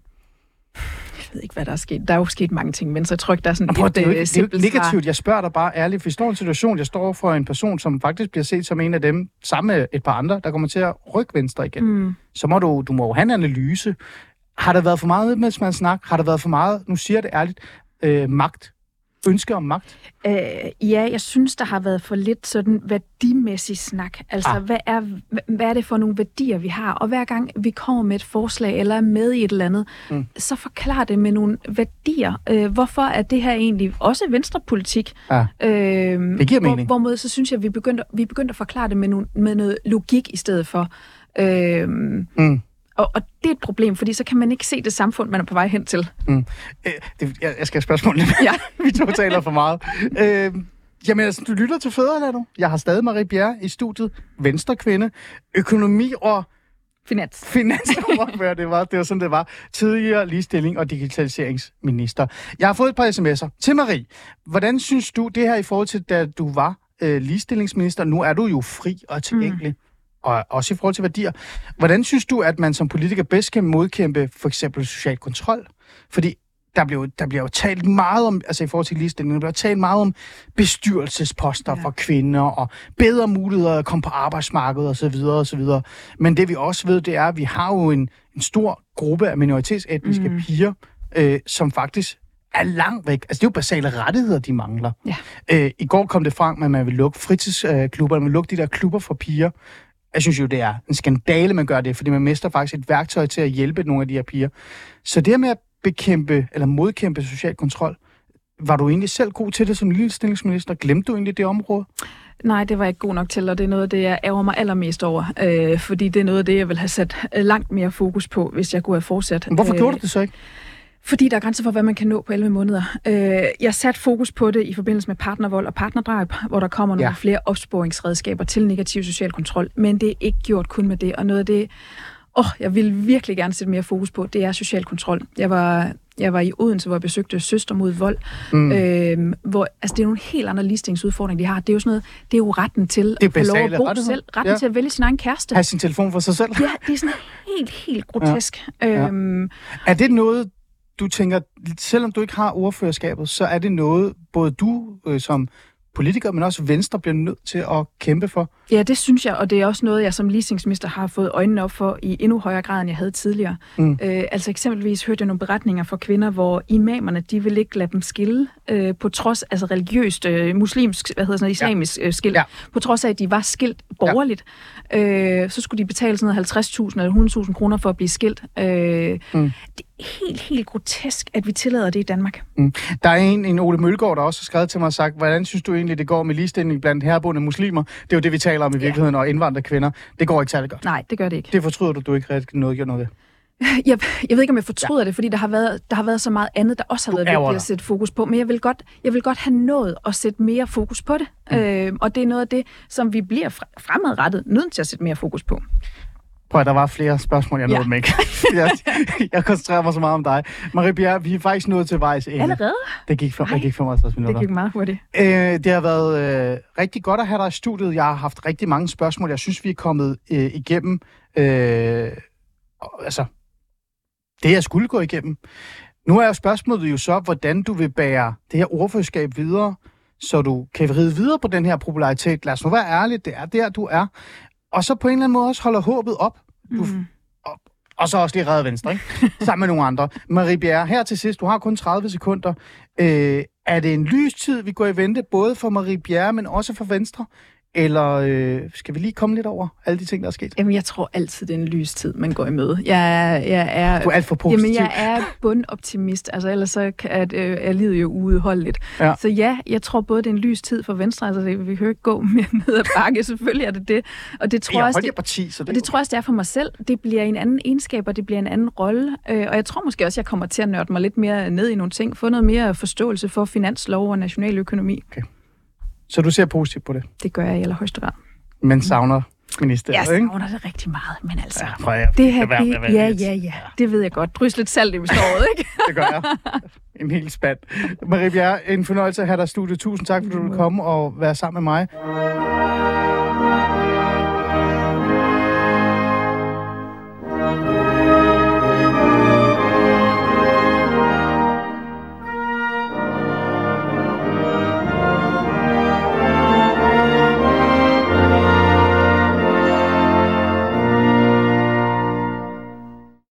jeg ved ikke, hvad der er sket. Der er jo sket mange ting, men så tror jeg ikke, der er sådan Prøv, et det er jo ikke, øh, det er jo ikke simpelt svar. negativt. Jeg spørger dig bare ærligt, for vi står i en situation, jeg står for en person, som faktisk bliver set som en af dem, sammen med et par andre, der kommer til at rykke Venstre igen. Mm. Så må du, du må jo have en analyse. Har der været for meget embedsmandssnak? Har der været for meget, nu siger jeg det ærligt, øh, magt? Ønske om magt? Øh, ja, jeg synes, der har været for lidt sådan værdimæssig snak. Altså, Ah. ah. hvad, er, hvad, hvad er det for nogle værdier, vi har? Og hver gang vi kommer med et forslag eller er med i et eller andet, Mm. så forklar det med nogle værdier. Øh, hvorfor er det her egentlig også venstrepolitik? Ja. Øh, Det giver hvor, mening. Hvorimod så synes jeg, at vi begyndte, vi begyndte at forklare det med, nogle, med noget logik i stedet for. Øh, Mm. og, og det er et problem, fordi så kan man ikke se det samfund, man er på vej hen til. Mm. Øh, det, jeg, jeg skal have spørgsmål lidt. Ja. Vi to taler for meget. Øh, Jamen, altså, du lytter til Fædrelandet. Jeg har stadig Marie Bjerre i studiet. Venstrekvinde. Økonomi og... Finans. Finansordfører, det var, det var sådan, det var. Tidligere ligestilling og digitaliseringsminister. Jeg har fået et par sms'er til Marie. Hvordan synes du, det her i forhold til, da du var øh, ligestillingsminister, nu er du jo fri og tilgængelig, mm. og også i forhold til værdier. Hvordan synes du, at man som politiker bedst kan modkæmpe for eksempel social kontrol? Fordi der bliver, der bliver jo talt meget om, altså i forhold til ligestilling, der bliver talt meget om bestyrelsesposter ja. for kvinder, og bedre muligheder at komme på arbejdsmarkedet osv. osv. Men det vi også ved, det er, at vi har jo en, en stor gruppe af minoritetsetniske mm. piger, øh, som faktisk er langt væk. Altså det er jo basale rettigheder, de mangler. Ja. Øh, I går kom det frem, at man vil lukke fritidsklubber, man vil lukke de der klubber for piger. Jeg synes jo, det er en skandale, man gør det, fordi man mister faktisk et værktøj til at hjælpe nogle af de her piger. Så det her med at bekæmpe eller modkæmpe social kontrol, var du egentlig selv god til det som ligestillingsminister? Glemte du egentlig det område? Nej, det var jeg ikke god nok til, og det er noget af det, jeg ærger mig allermest over, øh, fordi det er noget af det, jeg ville have sat langt mere fokus på, hvis jeg kunne have fortsat. Men hvorfor øh, gjorde du det så ikke? Fordi der er grænser for, hvad man kan nå på elleve måneder. Øh, jeg satte fokus på det i forbindelse med partnervold og partnerdrab, hvor der kommer nogle ja. flere opsporingsredskaber til negativ social kontrol, men det er ikke gjort kun med det, og noget af det, åh, jeg vil virkelig gerne sætte mere fokus på, det er social kontrol. Jeg var, jeg var i Odense, hvor jeg besøgte Søster mod vold, mm. øh, hvor, altså det er nogle helt andre ligestillingsudfordringer, de har. Det er jo sådan noget, det er jo retten til at få lov at bo rettighed. selv, retten ja. til at vælge sin egen kæreste. Have sin telefon for sig selv. Ja, det er sådan helt, helt grotesk. Ja. Ja. Øhm, er det noget, du tænker, selvom du ikke har ordførerskabet, så er det noget, både du øh, som politikere, men også Venstre bliver nødt til at kæmpe for? Ja, det synes jeg, og det er også noget, jeg som ligestillingsminister har fået øjnene op for i endnu højere grad, end jeg havde tidligere. Mm. Øh, altså eksempelvis hørte jeg nogle beretninger fra kvinder, hvor imamerne, de vil ikke lade dem skille, øh, på trods, altså religiøst, øh, muslimsk, hvad hedder sådan noget, islamisk øh, skilt, ja. på trods af, at de var skilt borgerligt. Ja. Øh, så skulle de betale sådan noget halvtreds tusind eller hundrede tusind kroner for at blive skilt. Øh, mm. Det er helt, helt grotesk, at vi tillader det i Danmark. Mm. Der er en, en Ole Mølgaard, der også har skrevet til mig og sagt, hvordan synes du egentlig, det går med ligestilling blandt herboende muslimer? Det er jo det, vi taler om i virkeligheden, ja. og indvandrede kvinder. Det går ikke særlig godt. Nej, det gør det ikke. Det fortryder du, du ikke rigtig noget gjort noget ved? Jeg, jeg ved ikke, om jeg fortryder ja. det, fordi der har, været, der har været så meget andet, der også har været vigtigt at sætte fokus på. Men jeg vil godt, jeg vil godt have nået at sætte mere fokus på det. Mm. Øh, og det er noget af det, som vi bliver fremadrettet nødt til at sætte mere fokus på. Prøv at der var flere spørgsmål, jeg nåede ja. dem ikke. jeg, jeg koncentrerer mig så meget om dig. Marie Bjerre, vi er faktisk nået til vejs ende. Allerede? Det gik, for, det gik femoghalvtreds minutter. Det gik meget hurtigt. Øh, det har været øh, rigtig godt at have dig i studiet. Jeg har haft rigtig mange spørgsmål. Jeg synes, vi er kommet øh, igennem. Øh, altså, det jeg skulle gå igennem. Nu er jo spørgsmålet jo så, hvordan du vil bære det her ordførerskab videre, så du kan ride videre på den her popularitet. Lad os nu være ærlige, det er der, du er. Og så på en eller anden måde også holder håbet op. Du, mm. og, og så også lige redde Venstre, ikke? Sammen med nogle andre. Marie Bjerre, her til sidst, du har kun tredive sekunder. Øh, er det en lys tid, vi går i vente, både for Marie Bjerre, men også for Venstre? Eller øh, skal vi lige komme lidt over alle de ting, der er sket? Jamen, jeg tror altid, det er en lys tid, man går i møde. Jeg, jeg er, du er alt for positiv. Jamen, jeg er bundoptimist. Altså, ellers så er, øh, er livet jo uudholdeligt. Ja. Så ja, jeg tror både, det er en lys tid for Venstre. Altså, det, vi kan jo ikke gå mere ned ad bakke. Selvfølgelig er det det. Og det tror jeg også, det, parti, så det, og det tror jeg også, det er for mig selv. Det bliver en anden egenskab, og det bliver en anden rolle. Øh, og jeg tror måske også, jeg kommer til at nørde mig lidt mere ned i nogle ting. Få noget mere forståelse for finanslov og nationaløkonomi. Okay. Så du ser positivt på det? Det gør jeg i allerhøjeste grad. Men savner ministeriet, ikke? Jeg savner det rigtig meget, men altså... Ja, jeg, det her, det, det, ja, ja, ja, det ved jeg godt. Drys lidt salt i såret, ikke? Det gør jeg. En hel spand. Marie Bjerre, en fornøjelse at have dig i studiet. Tusind tak, fordi du ville komme og være sammen med mig.